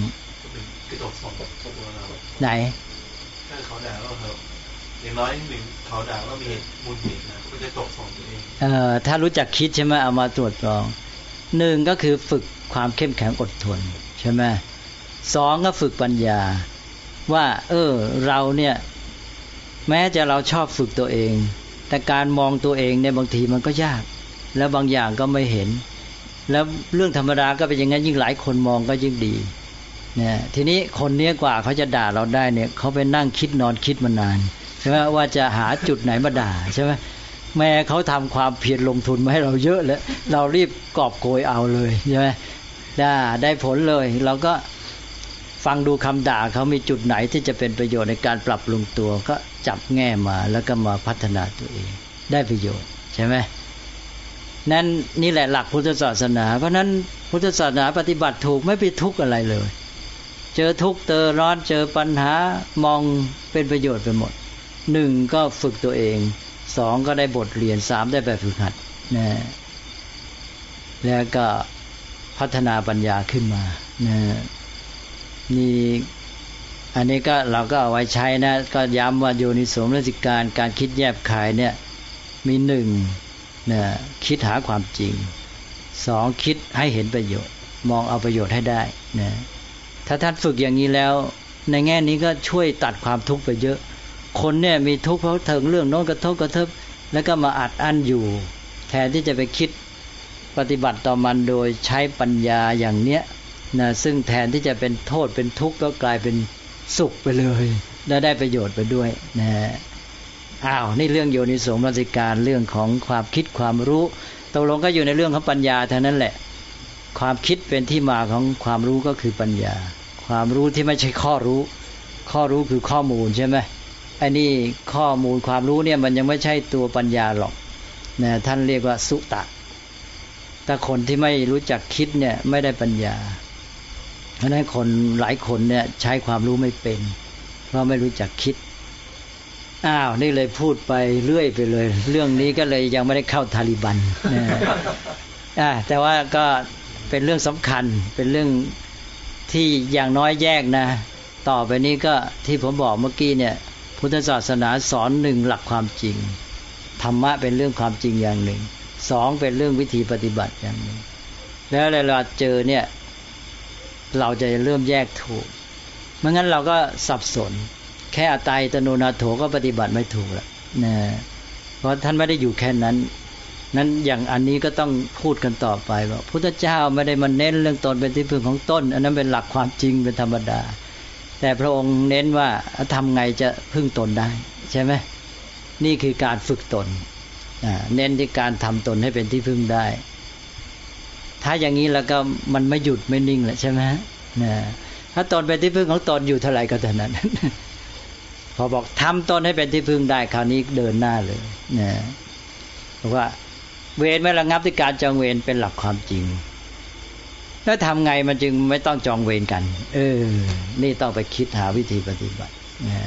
ไหนถ้าเขาด่าก็ครับอย่างน้อยหนึ่งเขาด่าก็มีมูลเหตุนะก็จะตกสองตัวเองถ้ารู้จักคิดใช่ไหมเอามาตรวจสอบหนึ่งก็คือฝึกความเข้มแข็งอดทนใช่ไหมสองก็ฝึกปัญญาว่าเราเนี่ยแม้จะเราชอบฝึกตัวเองแต่การมองตัวเองเนี่ยบางทีมันก็ยากแล้วบางอย่างก็ไม่เห็นแล้วเรื่องธรรมดาก็เป็นอย่างนั้นยิ่งหลายคนมองก็ยิ่งดีเนี่ยทีนี้คนเนี้ยกว่าเขาจะด่าเราได้เนี่ยเขาไปนั่งคิดนอนคิดมานานใช่ไหมว่าจะหาจุดไหนมาด่าใช่ไหมแม่เขาทำความเพียรลงทุนมาให้เราเยอะแล้วเรารีบกอบโกยเอาเลยใช่ไหมได้ผลเลยเราก็ฟังดูคำด่าเขามีจุดไหนที่จะเป็นประโยชน์ในการปรับปรุงตัวก็จับแง่มาแล้วก็มาพัฒนาตัวเองได้ประโยชน์ใช่ไหมนี่แหละหลักพุทธศาสนาเพราะนั้นพุทธศาสนาปฏิบัติถูกไม่ไปทุกข์อะไรเลยเจอทุกข์เจอร้อนเจอปัญหามองเป็นประโยชน์ไปหมดหนึ่งก็ฝึกตัวเองสองก็ได้บทเรียนสามได้แบบฝึกหัดนะแล้วก็พัฒนาปัญญาขึ้นมานะนี่อันนี้ก็เราก็เอาไว้ใช้นะก็ย้ำว่าโยนิโสมนสิการการคิดแยบคายเนี่ยมีหนึ่งนะคิดหาความจริงสองคิดให้เห็นประโยชน์มองเอาประโยชน์ให้ได้นะถ้าท่านฝึกอย่างนี้แล้วในแง่นี้ก็ช่วยตัดความทุกข์ไปเยอะคนเนี่ยมีทุกข์เพราะถึงเรื่องโน้นกระทบแล้วก็มาอัดอั้นอยู่แทนที่จะไปคิดปฏิบัติต่อมันโดยใช้ปัญญาอย่างเนี้ยนะซึ่งแทนที่จะเป็นโทษเป็นทุกข์ก็กลายเป็นสุขไปเลยและได้ประโยชน์ไปด้วยนะนี่เรื่องโยนิโสมนสิการเรื่องของความคิดความรู้ตกลงก็อยู่ในเรื่องของปัญญาเท่านั้นแหละความคิดเป็นที่มาของความรู้ก็คือปัญญาความรู้ที่ไม่ใช่ข้อรู้คือข้อมูลใช่ไหมไอ้นี่ข้อมูลความรู้เนี่ยมันยังไม่ใช่ตัวปัญญาหรอกนะท่านเรียกว่าสุตะถ้าคนที่ไม่รู้จักคิดเนี่ยไม่ได้ปัญญาเพราะฉะนั้นคนหลายคนเนี่ยใช้ความรู้ไม่เป็นเพราะไม่รู้จักคิดนี่เลยพูดไปเรื่อยไปเลยเรื่องนี้ก็เลยยังไม่ได้เข้าทาลิบันนะแต่ว่าก็เป็นเรื่องสำคัญเป็นเรื่องที่อย่างน้อยแยกนะต่อไปนี้ก็ที่ผมบอกเมื่อกี้เนี่ยพุทธศาสนาสอน1หลักความจริงธรรมะเป็นเรื่องความจริงอย่างหนึ่ง2เป็นเรื่องวิธีปฏิบัติอย่างหนึ่งแล้วเวลาเจอเนี่ยเราจะเริ่มแยกถูกไม่งั้นเราก็สับสนแค่อัตตาหิตโนนาโถก็ปฏิบัติไม่ถูกแล้วนะเพราะท่านไม่ได้อยู่แค่นั้นอย่างอันนี้ก็ต้องพูดกันต่อไปว่าพุทธเจ้าไม่ได้มาเน้นเรื่องตนเป็นที่พึ่งของตนอันนั้นเป็นหลักความจริงเป็นธรรมดาแต่พระองค์เน้นว่าทำไงจะพึ่งตนได้ใช่ไหมนี่คือการฝึกตนเน้นที่การทำตนให้เป็นที่พึ่งได้ถ้าอย่างนี้แล้วก็มันไม่หยุดไม่นิ่งแหละใช่ไหมถ้าตนเป็นที่พึ่งของตนอยู่เท่าไหร่ก็เท่านั้นพอบอกทำตนให้เป็นที่พึ่งได้คราวนี้เดินหน้าเลยนะบอกว่าเวรไม่ระงับด้วยการจองเวรเป็นหลักความจริงแล้วทำไงมันจึงไม่ต้องจองเวรกันนี่ต้องไปคิดหาวิธีปฏิบัตินะ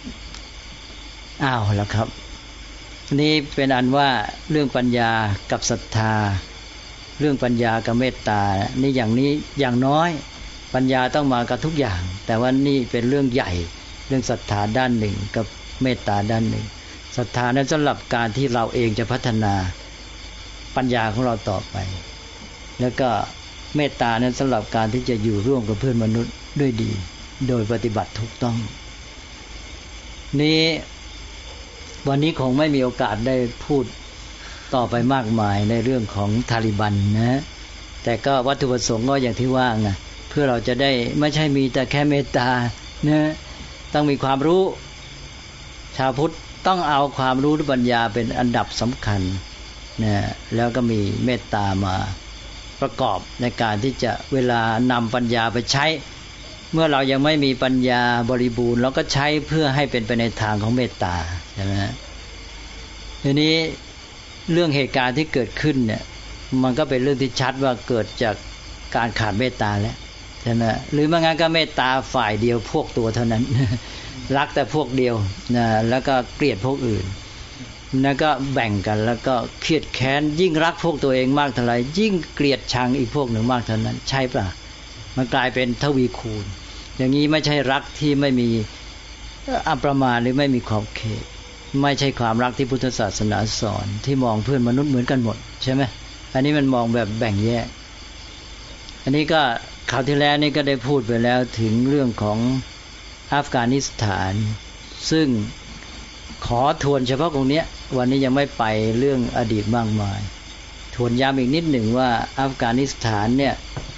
แล้วครับนี่เป็นอันว่าเรื่องปัญญากับศรัทธาเรื่องปัญญากับเมตตานี่อย่างนี้อย่างน้อยปัญญาต้องมากับทุกอย่างแต่ว่านี่เป็นเรื่องใหญ่เรื่องศรัทธาด้านหนึ่งกับเมตตาด้านหนึ่งศรัทธานั้นสำหรับการที่เราเองจะพัฒนาปัญญาของเราต่อไปแล้วก็เมตตานั้นสำหรับการที่จะอยู่ร่วมกับเพื่อนมนุษย์ด้วยดีโดยปฏิบัติถูกต้องนี้วันนี้คงไม่มีโอกาสได้พูดต่อไปมากมายในเรื่องของทาลิบันนะแต่ก็วัตถุประสงค์ก็อย่างที่ว่าไงเพื่อเราจะได้ไม่ใช่มีแต่แค่เมตตานะต้องมีความรู้ชาวพุทธต้องเอาความรู้และปัญญาเป็นอันดับสำคัญนะแล้วก็มีเมตตามาประกอบในการที่จะเวลานำปัญญาไปใช้เมื่อเรายังไม่มีปัญญาบริบูรณ์เราก็ใช้เพื่อให้เป็นไปในทางของเมตตาใช่ไหมทีนี้เรื่องเหตุการณ์ที่เกิดขึ้นเนี่ยมันก็เป็นเรื่องที่ชัดว่าเกิดจากการขาดเมตตาแล้วใช่ไหมหรือไม่งั้นก็เมตตาฝ่ายเดียวพวกตัวเท่านั้นรักแต่พวกเดียวนะแล้วก็เกลียดพวกอื่นแล้วก็แบ่งกันแล้วก็เครียดแค้นยิ่งรักพวกตัวเองมากเท่าไหร่ยิ่งเกลียดชังอีกพวกหนึ่งมากเท่านั้นใช่ป่ะมันกลายเป็นทวีคูณอย่างนี้ไม่ใช่รักที่ไม่มีอัปประมาณหรือไม่มีขอบเขตไม่ใช่ความรักที่พุทธศาสนาสอนที่มองเพื่อนมนุษย์เหมือนกันหมดใช่ไหมอันนี้มันมองแบบแบ่งแยกอันนี้ก็คราวที่แล้วนี่ก็ได้พูดไปแล้วถึงเรื่องของอัฟกานิสถานซึ่งขอทวนเฉพาะตรงนี้วันนี้ยังไม่ไปเรื่องอดีตมากมายทวนย้ำอีกนิดหนึ่งว่าอัฟกานิสถานเนี่ย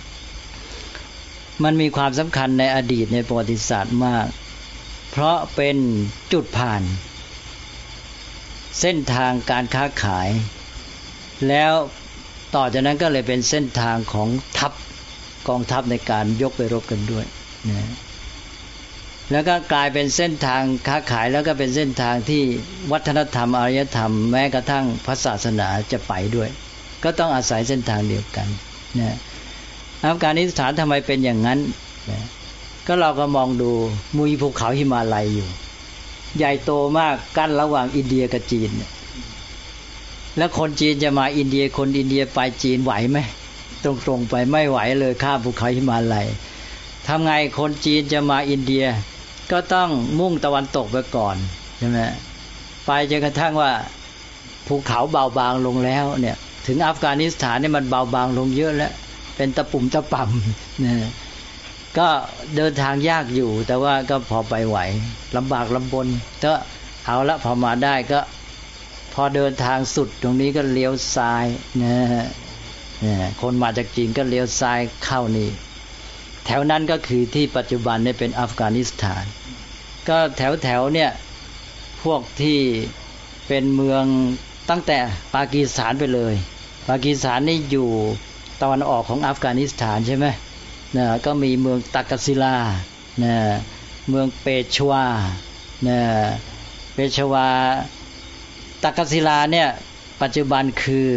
มันมีความสำคัญในอดีตในประวัติศาสตร์มากเพราะเป็นจุดผ่านเส้นทางการค้าขายแล้วต่อจากนั้นก็เลยเป็นเส้นทางของกองทัพในการยกไปรบกันด้วยนะแล้วก็กลายเป็นเส้นทางค้าขายแล้วก็เป็นเส้นทางที่วัฒนธรรมอารยธรรมแม้กระทั่งพระศาสนาจะไปด้วยก็ต้องอาศัยเส้นทางเดียวกันนะอัฟกานิสถานทำไมเป็นอย่างนั้นนะก็เราก็มองดูมีภูเขาหิมาลัยอยู่ใหญ่โตมากกั้นระหว่างอินเดียกับจีนแล้วคนจีนจะมาอินเดียคนอินเดียไปจีนไหวไหมตรงๆไปไม่ไหวเลยข้ามภูเขาหิมาลัยทำไงคนจีนจะมาอินเดียก็ต้องมุ่งตะวันตกไปก่อนใช่ไหมไปจนกระทั่งว่าภูเขาเบาบางลงแล้วเนี่ยถึงอัฟกานิสถานนี่มันเบาบางลงเยอะแล้วเป็นตะปุ่มตะป่ำเนี่ยก็เดินทางยากอยู่แต่ว่าก็พอไปไหวลำบากลำบนก็เอาละพอมาได้ก็พอเดินทางสุดตรงนี้ก็เลี้ยวซ้ายนะคนมาจากจีนก็เลี้ยวซ้ายเข้านี่แถวนั้นก็คือที่ปัจจุบันนี่เป็นอัฟกานิสถานก็แถวเนี่ยพวกที่เป็นเมืองตั้งแต่ปากีสถานไปเลยปากีสถานนี่อยู่ตะวันออกของอัฟกานิสถานใช่ไหมนะก็มีเมืองตักกศิลานะเมืองเปชวานะเปชวาตักกศิลาเนี่ยปัจจุบันคือ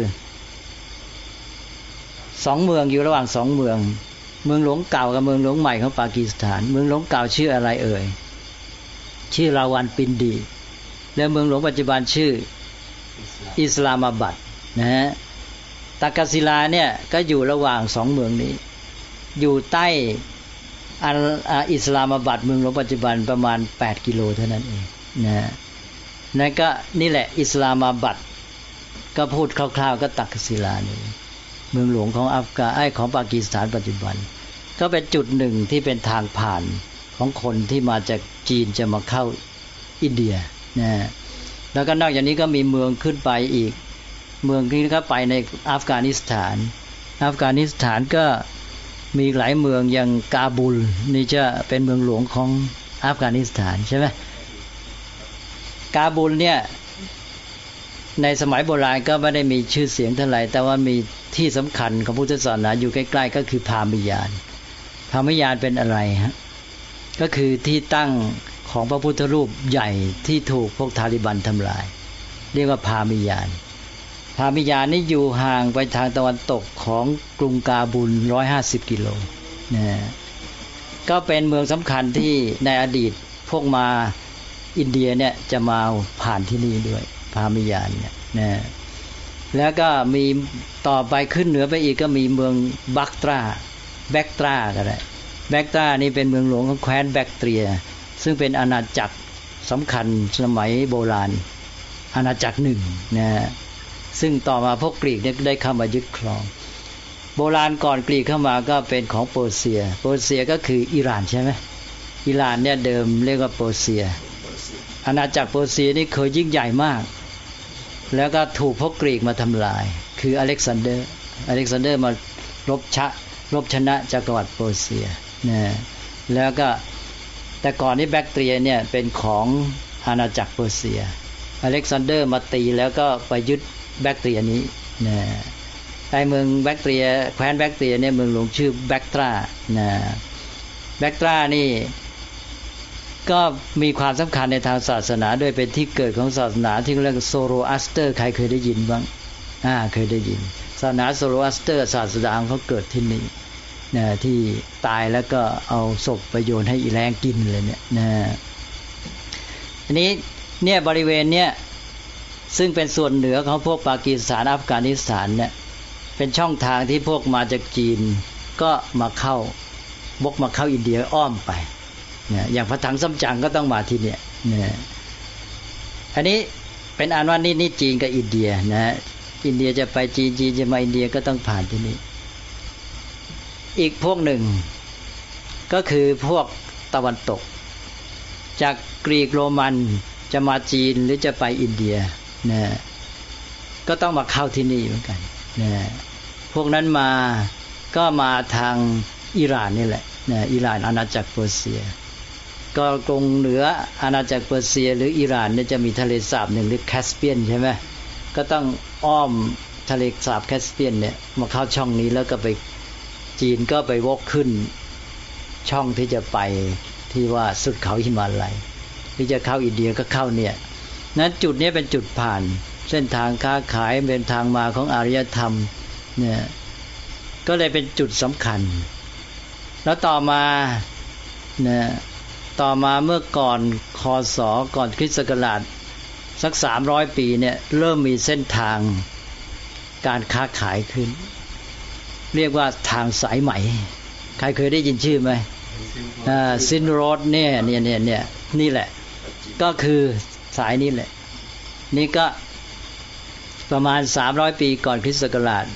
2เมืองอยู่ระหว่าง2เมืองเมืองหลวงเก่ากับเมืองหลวงใหม่ของปากีสถานเมืองหลวงเก่าชื่ออะไรเอ่ยชื่อราวันปินดีและเมืองหลวงปัจจุบันชื่ออิสลามาบัดนะฮะตักกศิลาเนี่ยก็อยู่ระหว่าง2เมืองนี้อยู่ใต้อิสลามาบัดเมืองหลวงปัจจุบันประมาณ8กิโลเท่านั้นเองนะนั่นก็นี่แหละอิสลามาบัดก็พูดคร่าวๆก็ตักกศิลานี่เมืองหลวงของของปากีสถานปัจจุบันก็เป็นจุดหนึ่งที่เป็นทางผ่านของคนที่มาจากจีนจะมาเข้าอินเดียนะแล้วก็นอกจากนี้ก็มีเมืองขึ้นไปอีกเมืองที่ก็ไปในอัฟกานิสถานก็มีหลายเมืองอย่างกาบูลนี่จะเป็นเมืองหลวงของอัฟกานิสถานใช่ไหมกาบูลเนี่ยในสมัยโบราณก็ไม่ได้มีชื่อเสียงเท่าไหร่แต่ว่ามีที่สำคัญของพุทธศาสนาอยู่ใกล้ๆก็คือพามิยานเป็นอะไรฮะก็คือที่ตั้งของพระพุทธรูปใหญ่ที่ถูกพวกทาลิบันทำลายเรียกว่าพามิยานนี่อยู่ห่างไปทางตะวันตกของกรุงกาบูล150กิโลนะก็เป็นเมืองสำคัญที่ในอดีตพวกมาอินเดียเนี่ยจะมาผ่านที่นี่ด้วยพามิยานเนี่ยนะแล้วก็มีต่อไปขึ้นเหนือไปอีกก็มีเมืองแบกตราก็ได้แบกตรานี่เป็นเมืองหลวงของแคว้นแบคเทียซึ่งเป็นอาณาจักรสำคัญสมัยโบราณอาณาจักรหนึ่งนะซึ่งต่อมาพวกกรีกได้เข้ามายึดครองโบราณก่อนกรีกเข้ามาก็เป็นของเปอร์เซียก็คืออิหร่านใช่ไหมอิหร่านเนี่ยเดิมเรียกว่าเปอร์เซียอาณาจักรเปอร์เซียนี่เคยยิ่งใหญ่มากแล้วก็ถูกพวกกรีกมาทำลายคืออเล็กซานเดอร์มารบชนะจักรวรรดิเปอร์เซียนะแล้วก็แต่ก่อนนี้แบคทีเรียเนี่ยเป็นของอาณาจักรเปอร์เซียอเล็กซานเดอร์มาตีแล้วก็ไปยึดแบคทีเรียนี้นะไอ้เมืองแบคทีเรียแคว้นแบคทีเรียเนี่ยเมืองหลวงชื่อแบคตรานะแบคตรานี่ก็มีความสำคัญในทางศาสนาโดยเป็นที่เกิดของศาสนาที่เรียกโซโรอัสเตอร์ใครเคยได้ยินบ้างเคยได้ยินศาสนาโซโรอัสเตอร์ศาสดาเขาเกิดที่นี่นะที่ตายแล้วก็เอาศพไปโยนให้อีแรงกินเลยเนี่ยนะอันนี้เนี่ยบริเวณเนี้ยซึ่งเป็นส่วนเหนือของพวกปากีสถานอัฟกานิสถานเนี่ยเป็นช่องทางที่พวกมาจากจีนก็มาเข้าอินเดียอ้อมไปเนี่ยอย่างพระถังซัมจั๋งก็ต้องมาที่เนี่ยนะอันนี้เป็นอันว่านี่จีนกับอินเดียนะอินเดียจะไปจีนจะมาอินเดียก็ต้องผ่านที่นี่อีกพวกหนึ่งก็คือพวกตะวันตกจากกรีกโรมันจะมาจีนหรือจะไปอินเดียนะก็ต้องมาเข้าที่นี่เหมือนกันนะพวกนั้นก็มาทางอิหร่านนี่แหละนะอิหร่านอาณาจักรเปอร์เซียก็ตรงเหนืออาณาจักรเปอร์เซียหรืออิหร่านเนี่ยจะมีทะเลสาบหนึ่งหรือแคสเปียนใช่ไหมก็ต้องอ้อมทะเลสาบแคสเปียนเนี่ยมาเข้าช่องนี้แล้วก็ไปจีนก็ไปวกขึ้นช่องที่จะไปที่ว่าสุดเขาหิมาลัยที่จะเข้าอินเดียก็เข้าเนี่ยนั้นจุดนี้เป็นจุดผ่านเส้นทางค้าขายเป็นทางมาของอารยธรรมเนี่ยก็เลยเป็นจุดสำคัญแล้วต่อมาเมื่อก่อนคศก่อนคริสต์ศักราชสัก300ปีเนี่ยเริ่มมีเส้นทางการค้าขายขึ้นเรียกว่าทางสายไหมใครเคยได้ยินชื่อไหมซินโรดเนี่ยนี่แหละก็คือสายนี้แหละนี่ก็ประมาณ300ปีก่อนคริสต์ศักราช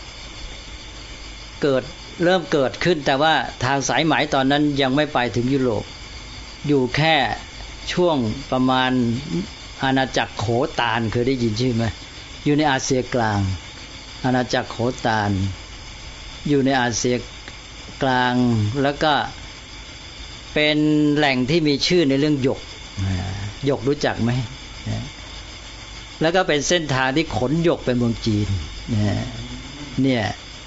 เริ่มเกิดขึ้นแต่ว่าทางสายไหมตอนนั้นยังไม่ไปถึงยุโรปอยู่แค่ช่วงประมาณอาณาจักรโขตานเคยได้ยินชื่อไหมอยู่ในอาเซียกลางอาณาจักรโขตานอยู่ในอาเซียกลางแล้วก็เป็นแหล่งที่มีชื่อในเรื่องหยกหยกรู้จักไหมแล้วก็เป็นเส้นทางที่ขนหยกไปเมืองจีนเนี่ย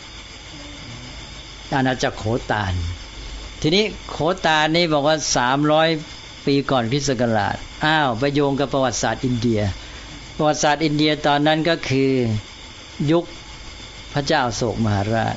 อาณาจักรโขตานทีนี้โขตานนี่บอกว่า300ปีก่อนคริสต์ศักราชไปโยงกับประวัติศาสตร์อินเดียประวัติศาสตร์อินเดียตอนนั้นก็คือยุคพระเจ้าอโศกมหาราช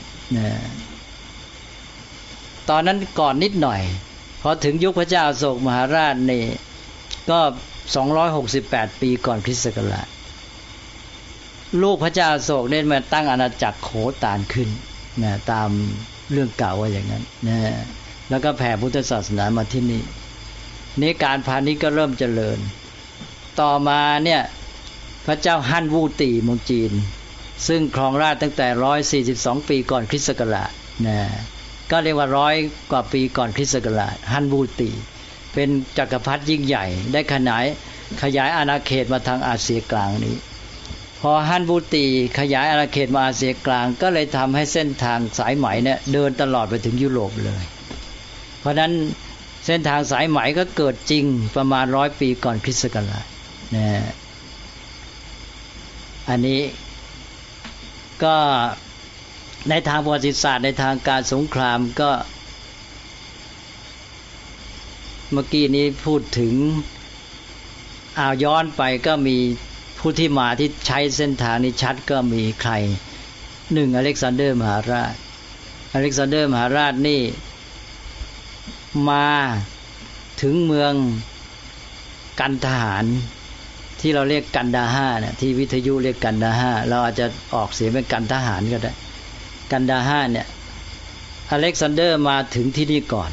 ตอนนั้นก่อนนิดหน่อยพอถึงยุคพระเจ้าอโศกมหาราชนี่ก็268ปีก่อนคริสต์ศักราชลูกพระเจ้าอโศกเนี่ยมาตั้งอาณาจักรโขตานขึ้นตามเรื่องเก่าว่าอย่างนั้นแล้วก็แผ่พุทธศาสนามาที่นี่การพาณิชย์ก็เริ่มเจริญต่อมาเนี่ยพระเจ้าฮั่นวู่ตีเมืองจีนซึ่งครองราชย์ตั้งแต่142ปีก่อนคริสต์ศักราชก็เรียกว่า100กว่าปีก่อนคริสต์ศักราชฮั่นวู่ตีเป็นจักรพรรดิยิ่งใหญ่ได้ขยายอาณาเขตมาทางอาเซียกลางนี้พอฮั่นวู่ตีขยายอาณาเขตมาอาเซียกลางก็เลยทำให้เส้นทางสายไหมเนี่ยเดินตลอดไปถึงยุโรปเลยเพราะนั้นเส้นทางสายไหมก็เกิดจริงประมาณ100ปีก่อนคริสต์ศักราชอันนี้ก็ในทางประวัติศาสตร์ในทางการสงครามก็เมื่อกี้นี้พูดถึงย้อนไปก็มีผู้ที่มาที่ใช้เส้นทางนี้ชัดก็มีใคร1อเล็กซานเดอร์มหาราชอเล็กซานเดอร์มหาราชนี่มาถึงเมืองกันทหารที่เราเรียกกันดาฮาเนี่ยที่วิทยุเรียกกันดาฮาเราอาจจะออกเสียงเป็นกันทหารก็ได้กันดาฮาเนี่ยอเล็กซานเดอร์มาถึงที่นี่ก่อน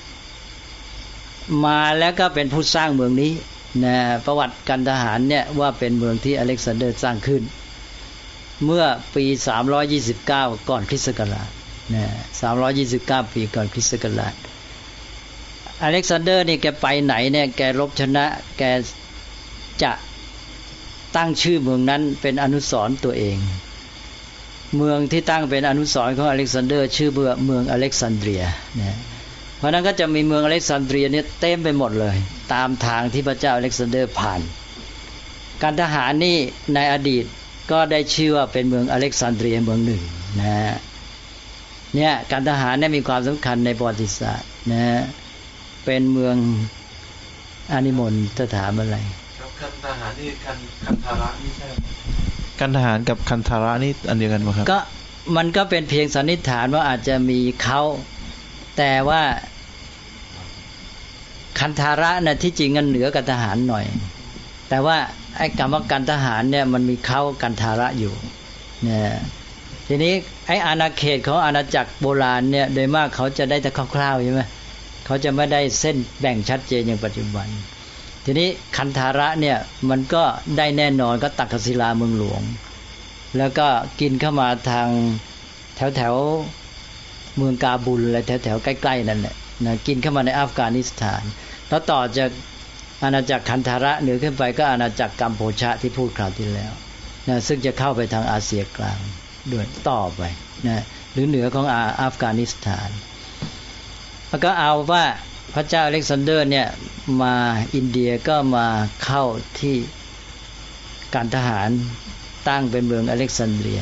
มาแล้วก็เป็นผู้สร้างเมืองนี้ประวัติกันทหารเนี่ยว่าเป็นเมืองที่อเล็กซานเดอร์สร้างขึ้นเมื่อปี329ก่อนคริสต์ศักราช329ปีก่อนคริสต์ศักราชอเล็กซานเดอร์นี่แกไปไหนเนี่ยแกรบชนะแกจะตั้งชื่อเมืองนั้นเป็นอนุสรณ์ตัวเองเมืองที่ตั้งเป็นอนุสรณ์ของอเล็กซานเดอร์ชื่อเมืองอเล็กซานเดรียเพราะนั้นก็จะมีเมืองอเล็กซานเดรียเนี่ยเต็มไปหมดเลยตามทางที่พระเจ้าอเล็กซานเดอร์ผ่านการทหารนี่ในอดีตก็ได้ชื่อว่าเป็นเมืองอเล็กซานเดรียเมืองหนึ่งเนี่ยการทหารเนี่ยมีความสำคัญในประวัติศาสตร์เป็นเมืองอานิมนต์ถามอะไรกันทหารนี่คันธาระนี่ใช่กันทหารกับคันธาระนี่อันเดียวกันมั้ยครับก็มันก็เป็นเพียงสันนิษฐานว่าอาจจะมีเขาแต่ว่าคันธาระน่ะที่จริงกันเหนือกันทหารหน่อยแต่ว่าไอ้คำว่ากันทหารเนี่ยมันมีเขากันธาระอยู่ทีนี้ไอ้อาณาเขตของอาณาจักรโบราณเนี่ยโดยมากเขาจะได้แต่คร่าวๆใช่มั้ยเขาจะไม่ได้เส้นแบ่งชัดเจนอย่างปัจจุบันทีนี้คันธาระเนี่ยมันก็ได้แน่นอนก็ตักกศิลาเมืองหลวงแล้วก็กินเข้ามาทางแถวเมืองกาบุลอะไรแถวๆใกล้ๆนั่นแหละกินเข้ามาในอัฟกานิสถานแล้วต่อจากอาณาจักรคันธาระเหนือขึ้นไปก็อาณาจักรกัมพูชาที่พูดคราวที่แล้วซึ่งจะเข้าไปทางอาเซียกลางด้วยต่อไปหรือเหนือของอัฟกานิสถานแล้วก็เอาว่าพระเจ้าอเล็กซานเดอร์เนี่ยมาอินเดียก็มาเข้าที่การทหารตั้งเป็นเมืองอเล็กซานเดรีย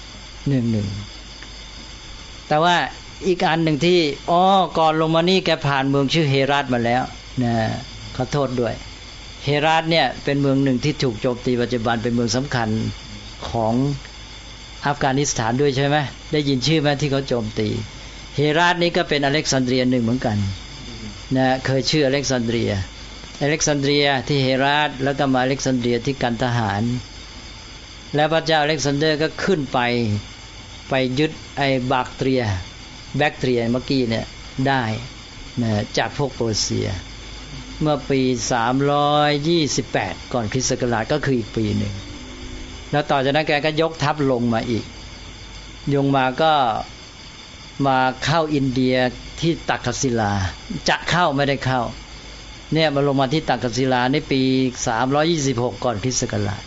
แต่ว่าอีกอันหนึ่งที่ก่อนลงมานี่แกผ่านเมืองชื่อเฮราตมาแล้วขอโทษด้วยเฮราตเนี่ยเป็นเมืองหนึ่งที่ถูกโจมตีปัจจุบันเป็นเมืองสำคัญของอัฟกานิสถานด้วยใช่ไหมได้ยินชื่อไหมที่เขาโจมตีเฮราตนี้ก็เป็นอเล็กซานเดรียหนึ่งเหมือนกันเคยชื่ออเล็กซานเดรียที่เฮราตแล้วก็มาอเล็กซานเดรียที่กันทหารแล้วพระเจ้าอเล็กซานเดอร์ก็ขึ้นไปยึดไอ้แบคเทียเมื่อกี้เนี่ยได้จากพวกเปอร์เซียเมื่อปี328ก่อนคริสต์ศักราชก็คืออีกปีหนึ่งแล้วต่อจากนั้นแกก็ยกทัพลงมาอีกมาก็มาเข้าอินเดียที่ตักกศิลาจะเข้าไม่ได้เข้าเนี่ยมาลงมาที่ตักกศิลาในปี326ก่อนคริสต์ศักราช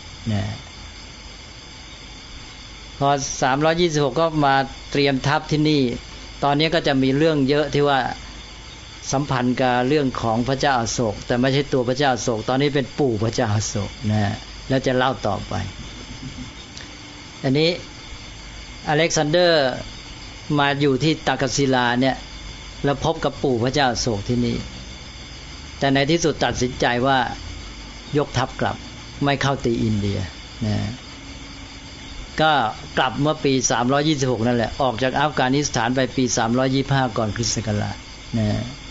พอ326ก็มาเตรียมทัพที่นี่ตอนนี้ก็จะมีเรื่องเยอะที่ว่าสัมพันธ์กับเรื่องของพระเจ้าอโศกแต่ไม่ใช่ตัวพระเจ้าอโศกตอนนี้เป็นปู่พระเจ้าอโศกนะแล้วจะเล่าต่อไปอันนี้อเล็กซานเดอร์มาอยู่ที่ตากศิลาเนี่ยแล้วพบกับปู่พระเจ้าอโศกที่นี่แต่ในที่สุดตัดสินใจว่ายกทัพกลับไม่เข้าตีอินเดียนะก็กลับเมื่อปี326นั่นแหละออกจากอัฟกานิสถานไปปี325ก่อนคริสต์ศักราชนะ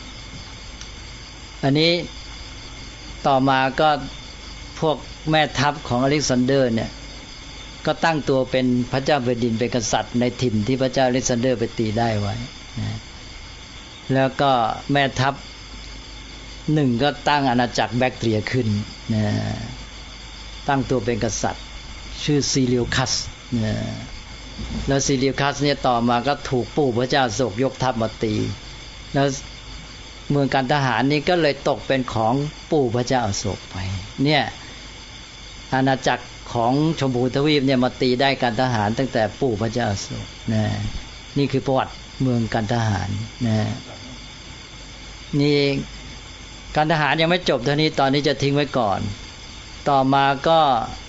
อันนี้ต่อมาก็พวกแม่ทัพของอเล็กซานเดอร์เนี่ยก็ตั้งตัวเป็นพระเจ้าแผ่นดินเป็นกษัตริย์ในถิ่นที่พระเจ้าอเล็กซานเดอร์ไปตีได้ไว้นะแล้วก็แม่ทัพหนึ่งก็ตั้งอาณาจักรแบคเทียขึ้นนะตั้งตัวเป็นกษัตริย์ชื่อซีเลียคัสนะแล้วซีเลียคัสเนี่ยต่อมาก็ถูกปู่พระเจ้าอโศกยกทัพมาตีแล้วเมืองการทหารนี้ก็เลยตกเป็นของปู่พระเจ้าอโศกไปเนี่ยอาณาจักรของชมพูทวีปเนี่ยมาตีได้การทหารตั้งแต่ปู่พระเจ้าอโศกนะนี่คือประวัติเมืองการทหารนะนี่การทหารยังไม่จบเท่านี้ตอนนี้จะทิ้งไว้ก่อนต่อมาก็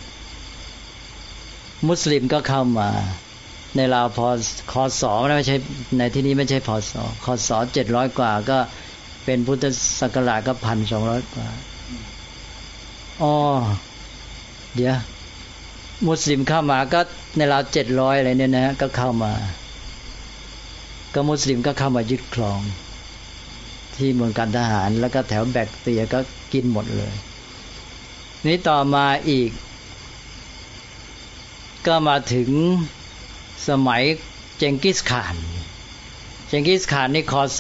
มุสลิมก็เข้ามาในราวคศไม่ใช่ในที่นี้ไม่ใช่พศคศ700กว่าก็เป็นพุทธศักราชก็ 1,200 กว่าอ๋อเดี๋ยวมุสลิมเข้ามาก็ในราว700อะไรเนี่ยนะก็เข้ามาก็มุสลิมก็เข้ามายึดครองที่เมืองการทหารแล้วก็แถวแบคเทียก็กินหมดเลยนี้ต่อมาอีกก็มาถึงสมัยเจงกิสข่านนี่คศ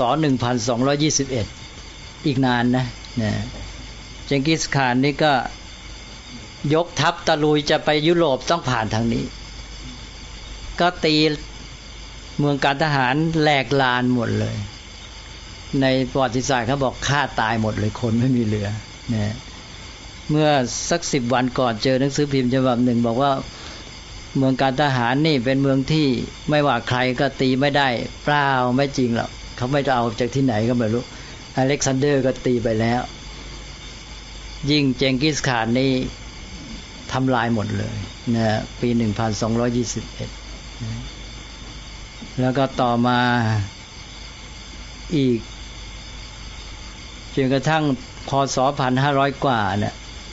1221อีกนานนะเจงกิสข่านนี่ก็ยกทัพตะลุยจะไปยุโรปต้องผ่านทางนี้ก็ตีเมืองการทหารแหลกลานหมดเลยในประวัติศาสตร์เขาบอกฆ่าตายหมดเลยคนไม่มีเหลือนะเมื่อสัก10 วันก่อนเจอหนังสือพิมพ์ฉบับหนึ่งบอกว่าเมืองการทหารนี่เป็นเมืองที่ไม่ว่าใครก็ตีไม่ได้เปล่าไม่จริงหรอกเขาไม่เอาจากที่ไหนก็ไม่รู้อเล็กซานเดอร์ก็ตีไปแล้วยิ่งเจงกิสข่านนี่ทำลายหมดเลยนะปี1221นะแล้วก็ต่อมาอีกจนกระทั่งพ.ศ. 1,500 กว่าเนี่ย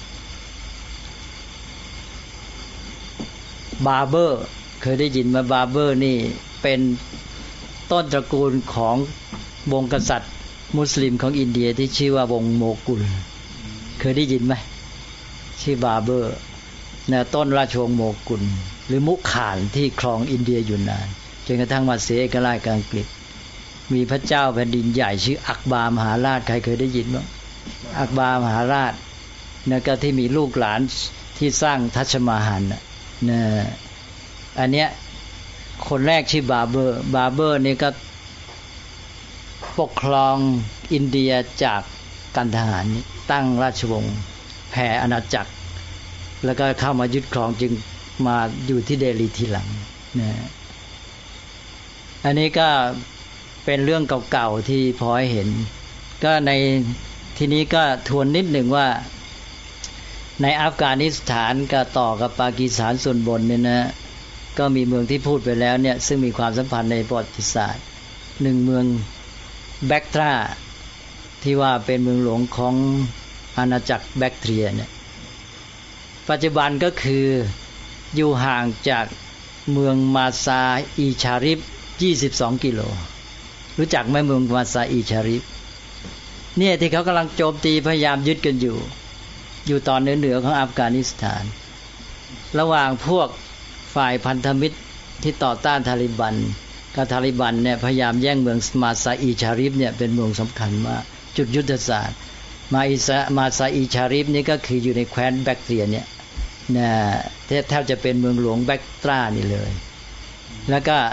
บาเบอร์เคยได้ยินมาบาเบอร์นี่เป็นต้นตระกูลของวงกษัตริย์มุสลิมของอินเดียที่ชื่อว่าวงโมกุลเคยได้ยินไหมชื่อบาเบอร์นะต้นราชวงศ์โมกุลหรือมุข่านที่ครองอินเดียอยู่นานจนกระทั่งมาเสียเอกราชกับอังกฤษมีพระเจ้าแผ่นดินใหญ่ชื่ออักบาร์มหาราชใครเคยได้ยินบ้างอักบาร์มหาราชนะก็ที่มีลูกหลานที่สร้างทัชมาฮาลนะอันเนี้ยคนแรกชื่อบาเบอร์นี่ก็ปกครองอินเดียจากการทหารตั้งราชวงศ์แผ่อาณาจักรแล้วก็เข้ามายึดครองจึงมาอยู่ที่เดลีทีหลังนะอันนี้ก็เป็นเรื่องเก่าๆที่พอให้เห็นก็ในทีนี้ก็ทวนนิดหนึ่งว่าในอัฟกานิสถานก็ต่อกับปากีสถานส่วนบนเนี่ยนะก็มีเมืองที่พูดไปแล้วเนี่ยซึ่งมีความสัมพันธ์ในประวัติศาสตร์หนึ่งเมืองแบคทราที่ว่าเป็นเมืองหลวงของอาณาจักรแบคเทียเนี่ยปัจจุบันก็คืออยู่ห่างจากเมืองมาซาอีชาริฟ22 กิโลรู้จักไหมเมืองมาซาอีชาริฟเนี่ยที่เขากำลังโจมตีพยายามยึดกันอยู่ตอนเหนือของอัฟกานิสถานระหว่างพวกฝ่ายพันธมิตรที่ต่อต้านทาลิบันกับทาลิบันเนี่ยพยายามแย่งเมืองมาซาอีชาริฟเนี่ยเป็นเมืองสำคัญมากจุดยุทธศาสตร์มาซาอีชาริฟนี่ก็คืออยู่ในแคว้นแบคเทียเนี่ยนะแทบจะเป็นเมืองหลวงแบคตรานี่เลยแล้วก็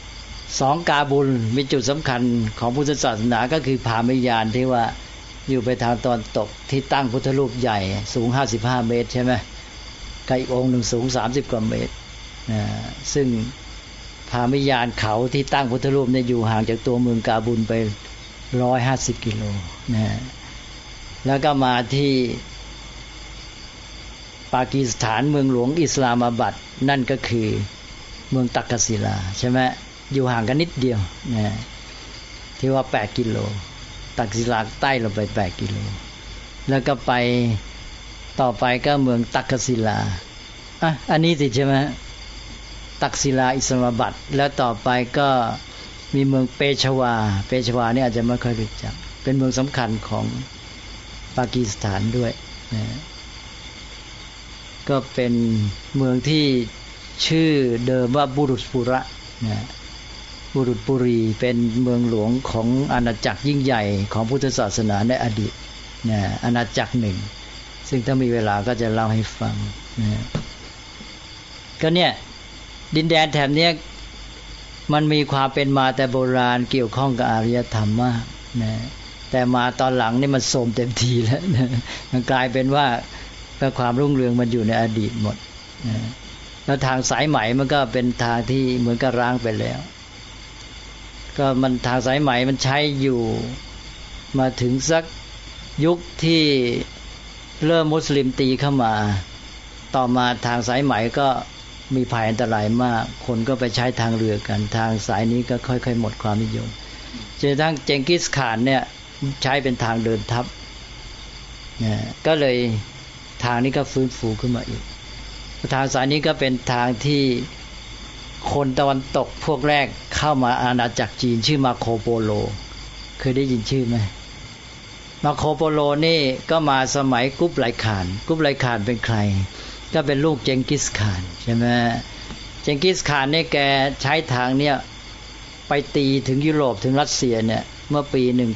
2กาบูลมีจุดสำคัญของพุทธศาสนาก็คือพามิยานที่ว่าอยู่ไปทางตอนตกที่ตั้งพุทธรูปใหญ่สูง55 เมตรใช่ไหมกับอีกองค์หนึ่งสูง30 กว่าเมตรซึ่งพามิยานเขาที่ตั้งพุทธรูปเนี่ยอยู่ห่างจากตัวเมืองกาบูลไป 150 กิโลนะแล้วก็มาที่ปากีสถานเมืองหลวงอิสลามาบัดนั่นก็คือเมืองตักกศิลาใช่ไหมอยู่ห่างกันนิดเดียวนะที่ว่า8 กิโลตักกศิลาใต้ลงไป8 กิโลแล้วก็ไปต่อไปก็เมืองตักกศิลาอันนี้สิใช่ไหมตักศิลาอิสลามาบัดแล้วต่อไปก็มีเมืองเปชวานี่อาจจะไม่ค่อยรู้จักเป็นเมืองสำคัญของปากีสถานด้วยนะก็เป็นเมืองที่ชื่อเดิมว่าบุรุษปุระนะบุรุษปุรีเป็นเมืองหลวงของอาณาจักรยิ่งใหญ่ของพุทธศาสนาในอดีตนะอาณาจักรหนึ่งซึ่งถ้ามีเวลาก็จะเล่าให้ฟังนะก็เนี่ยดินแดนแถบนี้มันมีความเป็นมาแต่โบราณเกี่ยวข้องกับอารยธรรมมากนะแต่มาตอนหลังนี่มันโทรมเต็มทีแล้วนะมันกลายเป็นว่าความรุ่งเรืองมันอยู่ในอดีตหมดนะแล้วทางสายไหมมันก็เป็นทางที่เหมือนกับร้างไปแล้วก็มันทางสายไหมมันใช้อยู่มาถึงสักยุคที่เริ่มมุสลิมตีเข้ามาต่อมาทางสายไหมก็มีภัยอันตรายมากคนก็ไปใช้ทางเรือกันทางสายนี้ก็ค่อยๆหมดความนิยมจนกระทั่งเจงกิสข่านเนี่ยใช้เป็นทางเดินทัพก็เลยทางนี้ก็ฟื้นฟูขึ้นมาอีกทางสายนี้ก็เป็นทางที่คนตะวันตกพวกแรกเข้ามาอาณาจักรจีนชื่อมาโคโปโลเคยได้ยินชื่อไหมมาโคโปโลนี่ก็มาสมัยกุบไลข่านเป็นใครก็เป็นลูกเจงกิสข่านใช่ไหมเจงกิสข่านเนี่ยแกใช้ทางเนี่ยไปตีถึงยุโรปถึงรัสเซียเนี่ยเมื่อปี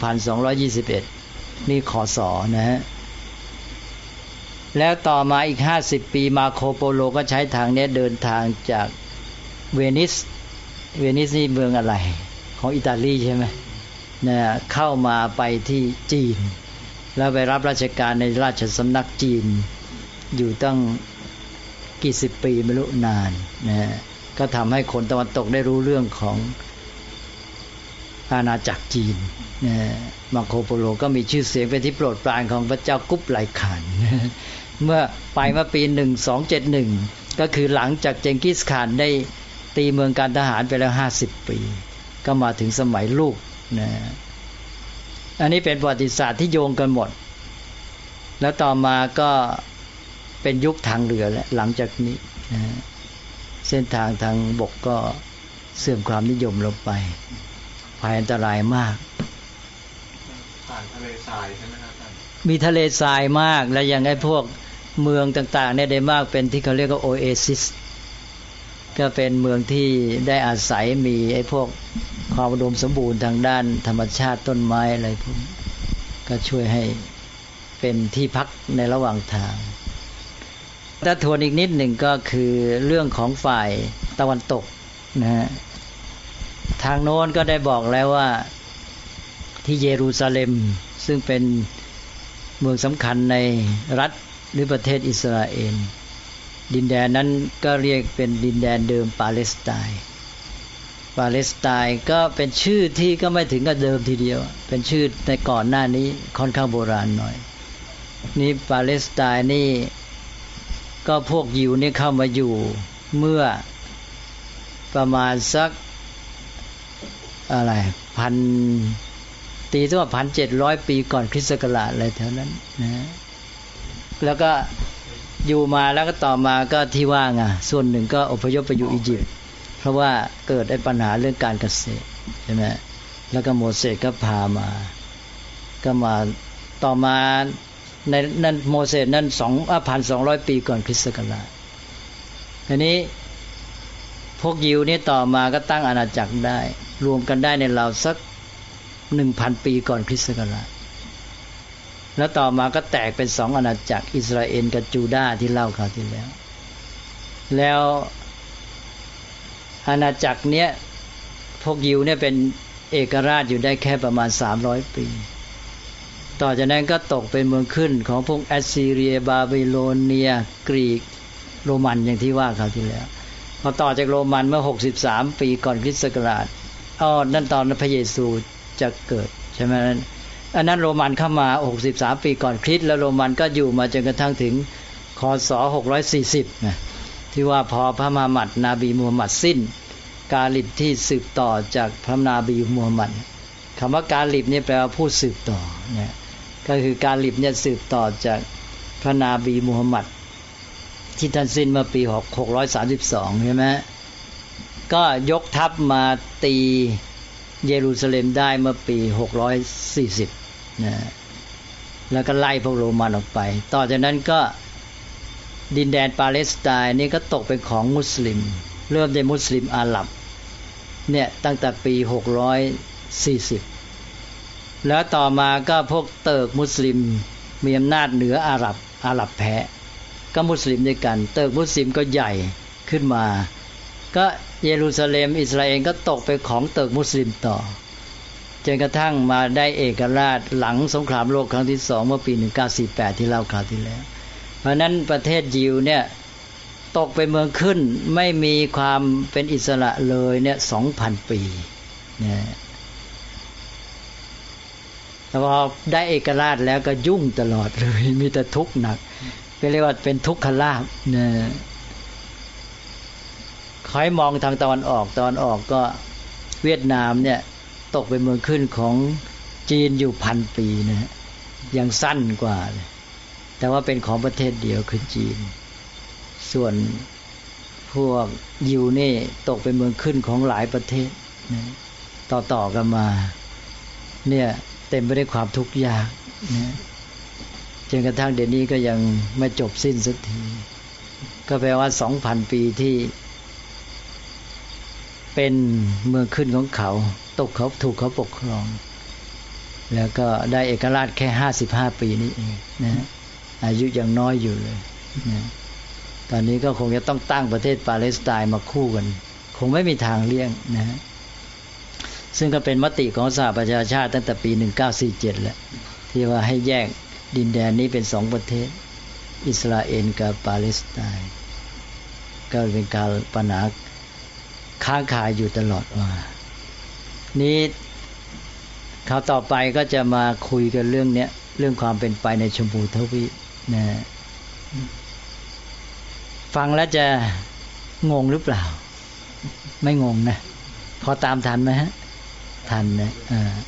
1221 นี่คศนะฮะแล้วต่อมาอีก50 ปีมาโคโปโลก็ใช้ทางนี้เดินทางจากเวนิสนี่เมืองอะไรของอิตาลีใช่ไหมเนี่ยเข้ามาไปที่จีนแล้วไปรับราชการในราชสำนักจีนอยู่ตั้งกี่สิบปีไม่รู้นานนะก็ทำให้คนตะวันตกได้รู้เรื่องของอาณาจักรจีนนะมาโคโปโลก็มีชื่อเสียงเป็นที่โปรดปรานของพระเจ้ากุบไลข่านเมื่อปี 1271 ก็คือหลังจากเจงกิสข่านได้ตีเมืองการทหารไปแล้ว50 ปีก็มาถึงสมัยลูกนะอันนี้เป็นประวัติศาสตร์ที่โยงกันหมดแล้วต่อมาก็เป็นยุคทางเรือแล้วหลังจากนี้นะเส้นทางทางบกก็เสื่อมความนิยมลงไปภัยอันตรายมากผ่านทะเลทรายใช่ไหมครับท่านมีทะเลทรายมากและอย่างไอ้พวกเมืองต่างๆเนี่ยได้มากเป็นที่เขาเรียกว่าโอเอซิสก็เป็นเมืองที่ได้อาศัยมีไอ้พวกความอุดมสมบูรณ์ทางด้านธรรมชาติต้นไม้อะไรพวกก็ช่วยให้เป็นที่พักในระหว่างทางถ้าทวนอีกนิดหนึ่งก็คือเรื่องของฝ่ายตะวันตกนะฮะทางโน้นก็ได้บอกแล้วว่าที่เยรูซาเล็มซึ่งเป็นเมืองสำคัญในรัฐหรือประเทศอิสราเอลดินแดนนั้นก็เรียกเป็นดินแดนเดิมปาเลสไตน์ก็เป็นชื่อที่ก็ไม่ถึงกับเดิมทีเดียวเป็นชื่อในก่อนหน้านี้ค่อนข้างโบราณหน่อยนี่ปาเลสไตน์นี่ก็พวกยิวนี่เข้ามาอยู่เมื่อประมาณสักตีว่า 1,700 ปีก่อนคริสต์ศักราชอะไรแถวนั้นนะแล้วก็อยู่มาแล้วก็ต่อมาก็ที่ว่างส่วนหนึ่งก็อพยพไปอยู่อียิปต์เพราะว่าเกิดปัญหาเรื่องการเกษตรใช่ไหมแล้วก็โมเสสก็พามาก็มาต่อมาในนั้นโมเสสนั้น 1,200 ปีก่อนคริสต์ศักราชทีนี้พวกยิวนี่ต่อมาก็ตั้งอาณาจักรได้รวมกันได้ในราวสัก 1,000 ปีก่อนคริสต์ศักราชแล้วต่อมาก็แตกเป็น2อาณาจักรอิสราเอลกับจูดาห์ที่เล่าคราวที่แล้วอาณาจักรเนี้ยพวกยิวเนี่ยเป็นเอกราชอยู่ได้แค่ประมาณ300 ปีต่อจากนั้นก็ตกเป็นเมืองขึ้นของพวกแอสซีเรียบาบิโลเนียกรีกโรมันอย่างที่ว่าคราวที่แล้วพอต่อจากโรมันเมื่อ63 ปีก่อนคริสต์ศักราชนั่นตอนพระเยซูจะเกิดใช่ไหมอันนั้นโรมันเข้ามา63ปีก่อนคริสต์แล้วโรมันก็อยู่มาจนกระทั่งถึงคศ640นะที่ว่าพอพระมหามัดนาบีมูฮัมหมัดสิ้นกาลิบที่สืบต่อจากพระนาบีมูฮัมหมัดคำว่ากาลิบนี่แปลว่าผู้สืบต่อเนี่ยก็คือกาลิบเนี่ยสืบต่อจากพระนาบีมูฮัมหมัดที่ท่านสิ้นเมื่อปี632ใช่ไหมก็ยกทัพมาตีเยรูซาเล็มได้เมื่อปี640นะแล้วก็ไล่พวกโรมันออกไปต่อจากนั้นก็ดินแดนปาเลสไตน์นี่ก็ตกเป็นของมุสลิมเริ่มจากมุสลิมอาหรับเนี่ยตั้งแต่ปี640แล้วต่อมาก็พวกเติร์กมุสลิมมีอำนาจเหนืออาหรับแพ้ก็มุสลิมด้วยกันเติร์กมุสลิมก็ใหญ่ขึ้นมาก็เยรูซาเล็มอิสราเอลก็ตกเป็นของเติร์กมุสลิมต่อจนกระทั่งมาได้เอกราชหลังสงครามโลกครั้งที่2เมื่อปี1948ที่เล่าคราวที่แล้วเพราะนั้นประเทศยิวเนี่ยตกเป็นเมืองขึ้นไม่มีความเป็นอิสระเลยเนี่ย 2,000 ปีนะแต่พอได้เอกราชแล้วก็ยุ่งตลอดเลยมีแต่ทุกข์หนักก็เรียกว่าเป็นทุกขลาภนะใครมองทางตะวันออกก็เวียดนามเนี่ยตกเป็นเมืองขึ้นของจีนอยู่1,000 ปีนะยังสั้นกว่าเลยแต่ว่าเป็นของประเทศเดียวคือจีนส่วนพวกยิวนี่ตกเป็นเมืองขึ้นของหลายประเทศนะต่อกันมาเนี่ยเต็มไปด้วยความทุกข์ยากนะจนกระทั่งเดี๋ยวนี้ก็ยังไม่จบสิ้นสักทีก็แปลว่า 2,000 ปีที่เป็นเมืองขึ้นของเขาถูกเขาปกครองแล้วก็ได้เอกราชแค่55 ปีนี้เองนะอายุยังน้อยอยู่เลยนะตอนนี้ก็คงจะต้องตั้งประเทศปาเลสไตน์มาคู่กันคงไม่มีทางเลี่ยงนะซึ่งก็เป็นมติของสหประชาชาติตั้งแต่ปี1947แล้วที่ว่าให้แยกดินแดนนี้เป็น2ประเทศอิสราเอลกับปาเลสไตน์ก็เป็นการปัญหาค้างคาอยู่ตลอดมานี้คราวต่อไปก็จะมาคุยกันเรื่องเนี้ยเรื่องความเป็นไปในชมพูทวีปนะฟังแล้วจะงงหรือเปล่าไม่งงนะพอตามทันไหมฮะทันนะ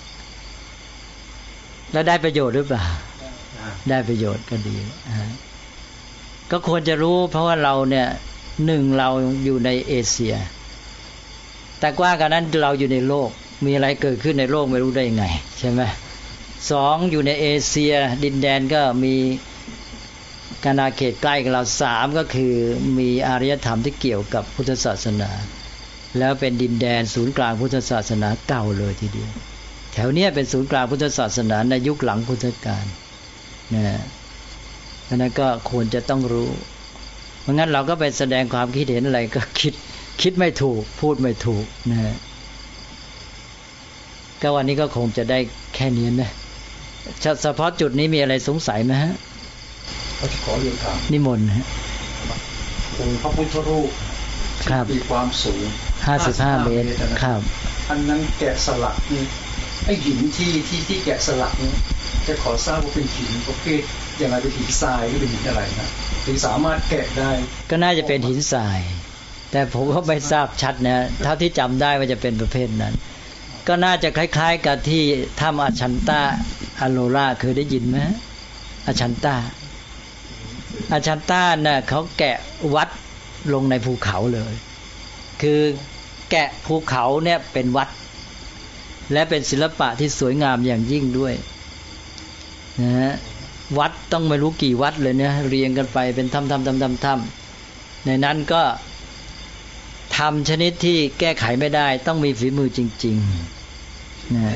แล้วได้ประโยชน์หรือเปล่าได้ประโยชน์ก็ดีก็ควรจะรู้เพราะว่าเราเนี่ย1เราอยู่ในเอเชียแต่กว่ากันนั้นเราอยู่ในโลกมีอะไรเกิดขึ้นในโลกไม่รู้ได้ยังไงใช่ไหม2อยู่ในเอเชียดินแดนก็มีอาณาเขตใกล้กับเรา3ก็คือมีอารยธรรมที่เกี่ยวกับพุทธศาสนาแล้วเป็นดินแดนศูนย์กลางพุทธศาสนาเก่าเลยทีเดียวแถวเนี้ยเป็นศูนย์กลางพุทธศาสนาในยุคหลังพุทธกาลนะนั้นก็ควรจะต้องรู้เพราะงั้นเราก็ไปแสดงความคิดเห็นอะไรก็คิดไม่ถูกพูดไม่ถูกนะก็วันนี้ก็คงจะได้แค่นี้นะเฉพาะจุดนี้มีอะไรสงสัยไหมฮะขอเรียนถามนิมนต์ฮะองค์พระพุทธรูปครับมีความสูง 55 เมตรครับอันนั้นแกะสลักนี่ไอ้หินที่แกะสลักนี่จะขอทราบว่าเป็นหินประเภทอย่างไรเป็นหินทรายหรือเป็นหินอะไรนะถึงสามารถแกะได้ก็น่าจะเป็นหินทรายแต่ผมก็ไม่ทราบชัดนะเท่าที่จำได้ว่าจะเป็นประเภทนั้นก็น่าจะคล้ายๆกับที่ถ้ำอาชันตาอโลราเคยได้ยินไหมอาชันตาน่ะเขาแกะวัดลงในภูเขาเลยคือแกะภูเขาเนี่ยเป็นวัดและเป็นศิลปะที่สวยงามอย่างยิ่งด้วยนะฮะวัดต้องไม่รู้กี่วัดเลยเนี่ยเรียงกันไปเป็นถ้ำๆในนั้นก็ทำชนิดที่แก้ไขไม่ได้ต้องมีฝีมือจริงๆนะ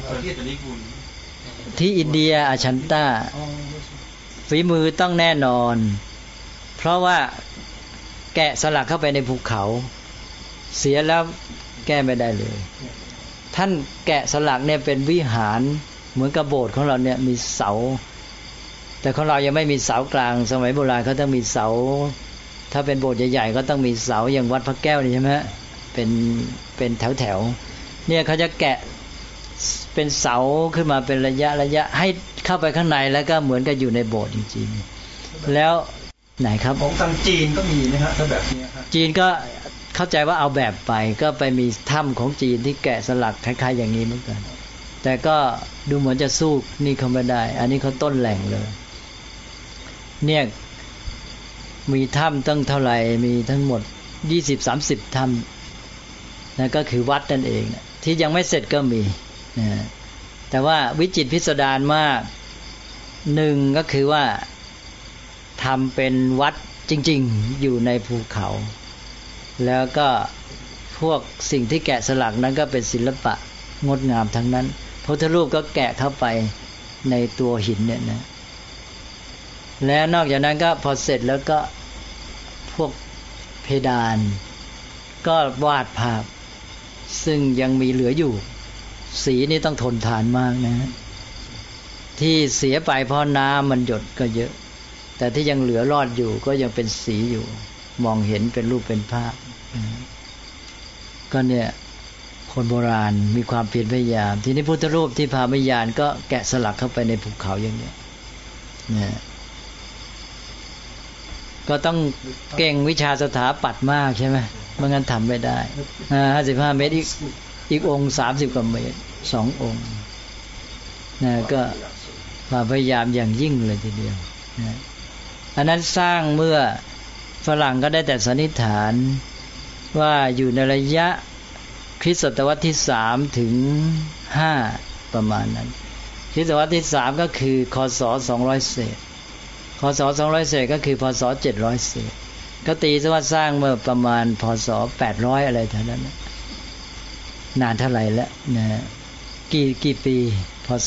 ที่อินเดียอาชันตาฝีมือต้องแน่นอนเพราะว่าแกะสลักเข้าไปในภูเขาเสียแล้วแก้ไม่ได้เลยท่านแกะสลักเนี่ยเป็นวิหารเหมือนกับโบสถ์ของเราเนี่ยมีเสาแต่ของเรายังไม่มีเสากลางสมัยโบราณเขาต้องมีเสาถ้าเป็นโบสถ์ใหญ่ๆก็ต้องมีเสาอย่างวัดพระแก้วนี่ใช่ไหมเป็นแถวๆเนี่ยเขาจะแกะเป็นเสาขึ้นมาเป็นระยะให้เข้าไปข้างในแล้วก็เหมือนกับอยู่ในโบสถ์จริงๆแล้วไหนครับของทางจีนก็มีนะฮะถ้าแบบนี้ครับจีนก็เข้าใจว่าเอาแบบไปก็ไปมีถ้ำของจีนที่แกะสลักคล้ายๆอย่างนี้เหมือนกันแต่ก็ดูเหมือนจะสู้นี่เขาไม่ได้อันนี้เขาต้นแหล่งเลยเนี่ยมีถ้ำตั้งเท่าไหร่มีทั้งหมด 20-30 ถ้ำนะก็คือวัดนั่นเองนะที่ยังไม่เสร็จก็มีนะแต่ว่าวิจิตรพิสดารมากหนึ่งก็คือว่าทำเป็นวัดจริงๆอยู่ในภูเขาแล้วก็พวกสิ่งที่แกะสลักนั้นก็เป็นศิลปะงดงามทั้งนั้นพระพุทธรูปก็แกะเข้าไปในตัวหินเนี่ยนะแล้วนอกจากนั้นก็พอเสร็จแล้วก็พวกเพดานก็วาดภาพซึ่งยังมีเหลืออยู่สีนี่ต้องทนทานมากนะที่เสียไปเพราะน้ำมันหยดก็เยอะแต่ที่ยังเหลือรอดอยู่ก็ยังเป็นสีอยู่มองเห็นเป็นรูปเป็นภาพก็เนี่ยคนโบราณมีความเพียรพยายามทีนี้พุทธรูปที่พาวิญญาณก็แกะสลักเข้าไปในภูเขาอย่างนี้นะก็ต้องเก่งวิชาสถาปัตย์มากใช่ไหมไม่งั้นทำไม่ได้55 เมตรอีกองค์30 กว่าเมตร2 องค์นะก็ความพยายามอย่างยิ่งเลยทีเดียวนะอันนั้นสร้างเมื่อฝรั่งก็ได้แต่สันนิษฐานว่าอยู่ในระยะคริสตศตวรรษที่3ถึง5ประมาณนั้นคริสตศตวรรษที่3ก็คือคศ200เศษคศ200เศษก็คือพศ700เศษก็ตีซะว่าสร้างเมื่อประมาณพศ800อะไรเท่านั้นนานเท่าไหร่แล้วนะกี่ปีพศ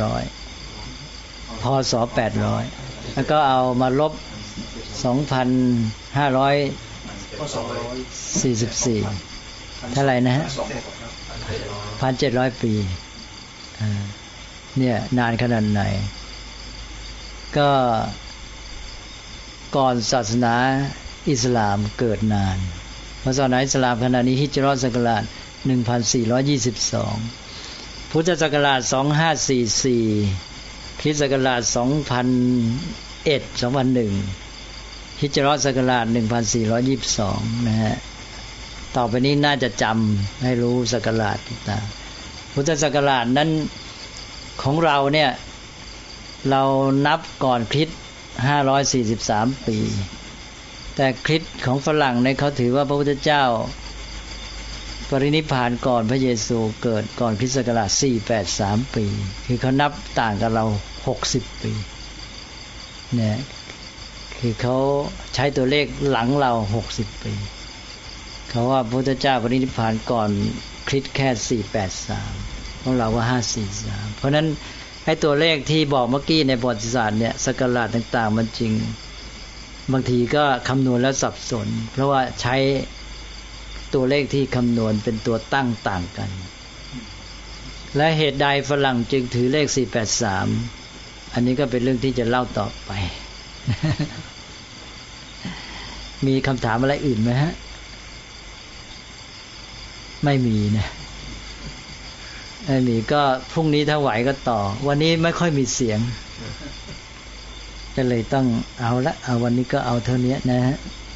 800พศ800แล้วก็เอามาลบ2,544เท่าไหร่นะฮะ 1,700 ปีเนี่ยนานขนาดไหนก็ก่อนศาสนาอิสลามเกิดนานเพราะศาสนาอิสลามขณะนี้ฮิจเราะห์ศักราช1422พุทธศักราช2544คริสต์ศักราช2001ฮิจเราะห์ศักราช1422นะฮะต่อไปนี้น่าจะจำให้รู้ศักราชต่างๆพุทธศักราชนั้นของเราเนี่ยเรานับก่อนคริสต์543 ปีแต่คริสต์ของฝรั่งเนี่ยเขาถือว่าพระพุทธเจ้าปรินิพพานก่อนพระเยซูเกิดก่อนคริสต์ศักราช483 ปีคือเขานับต่างกับเรา60 ปีเนี่ยคือเขาใช้ตัวเลขหลังเรา60 ปีเขาว่าพระพุทธเจ้าปรินิพพานก่อนคริสต์แค่483ของเราว่า543เพราะนั้นให้ตัวเลขที่บอกเมื่อกี้ในประวัติศาสตร์เนี่ยศักราชต่างๆมันจริงบางทีก็คำนวณแล้วสับสนเพราะว่าใช้ตัวเลขที่คำนวณเป็นตัวตั้งต่างกันและเหตุใดฝรั่งจึงถือเลข483อันนี้ก็เป็นเรื่องที่จะเล่าต่อไป มีคำถามอะไรอื่นไหมฮะไม่มีนะไม่มีก็พรุ่งนี้ถ้าไหวก็ต่อวันนี้ไม่ค่อยมีเสียงก็เลยต้องเอาวันนี้ก็เอาเท่านี้นะฮะ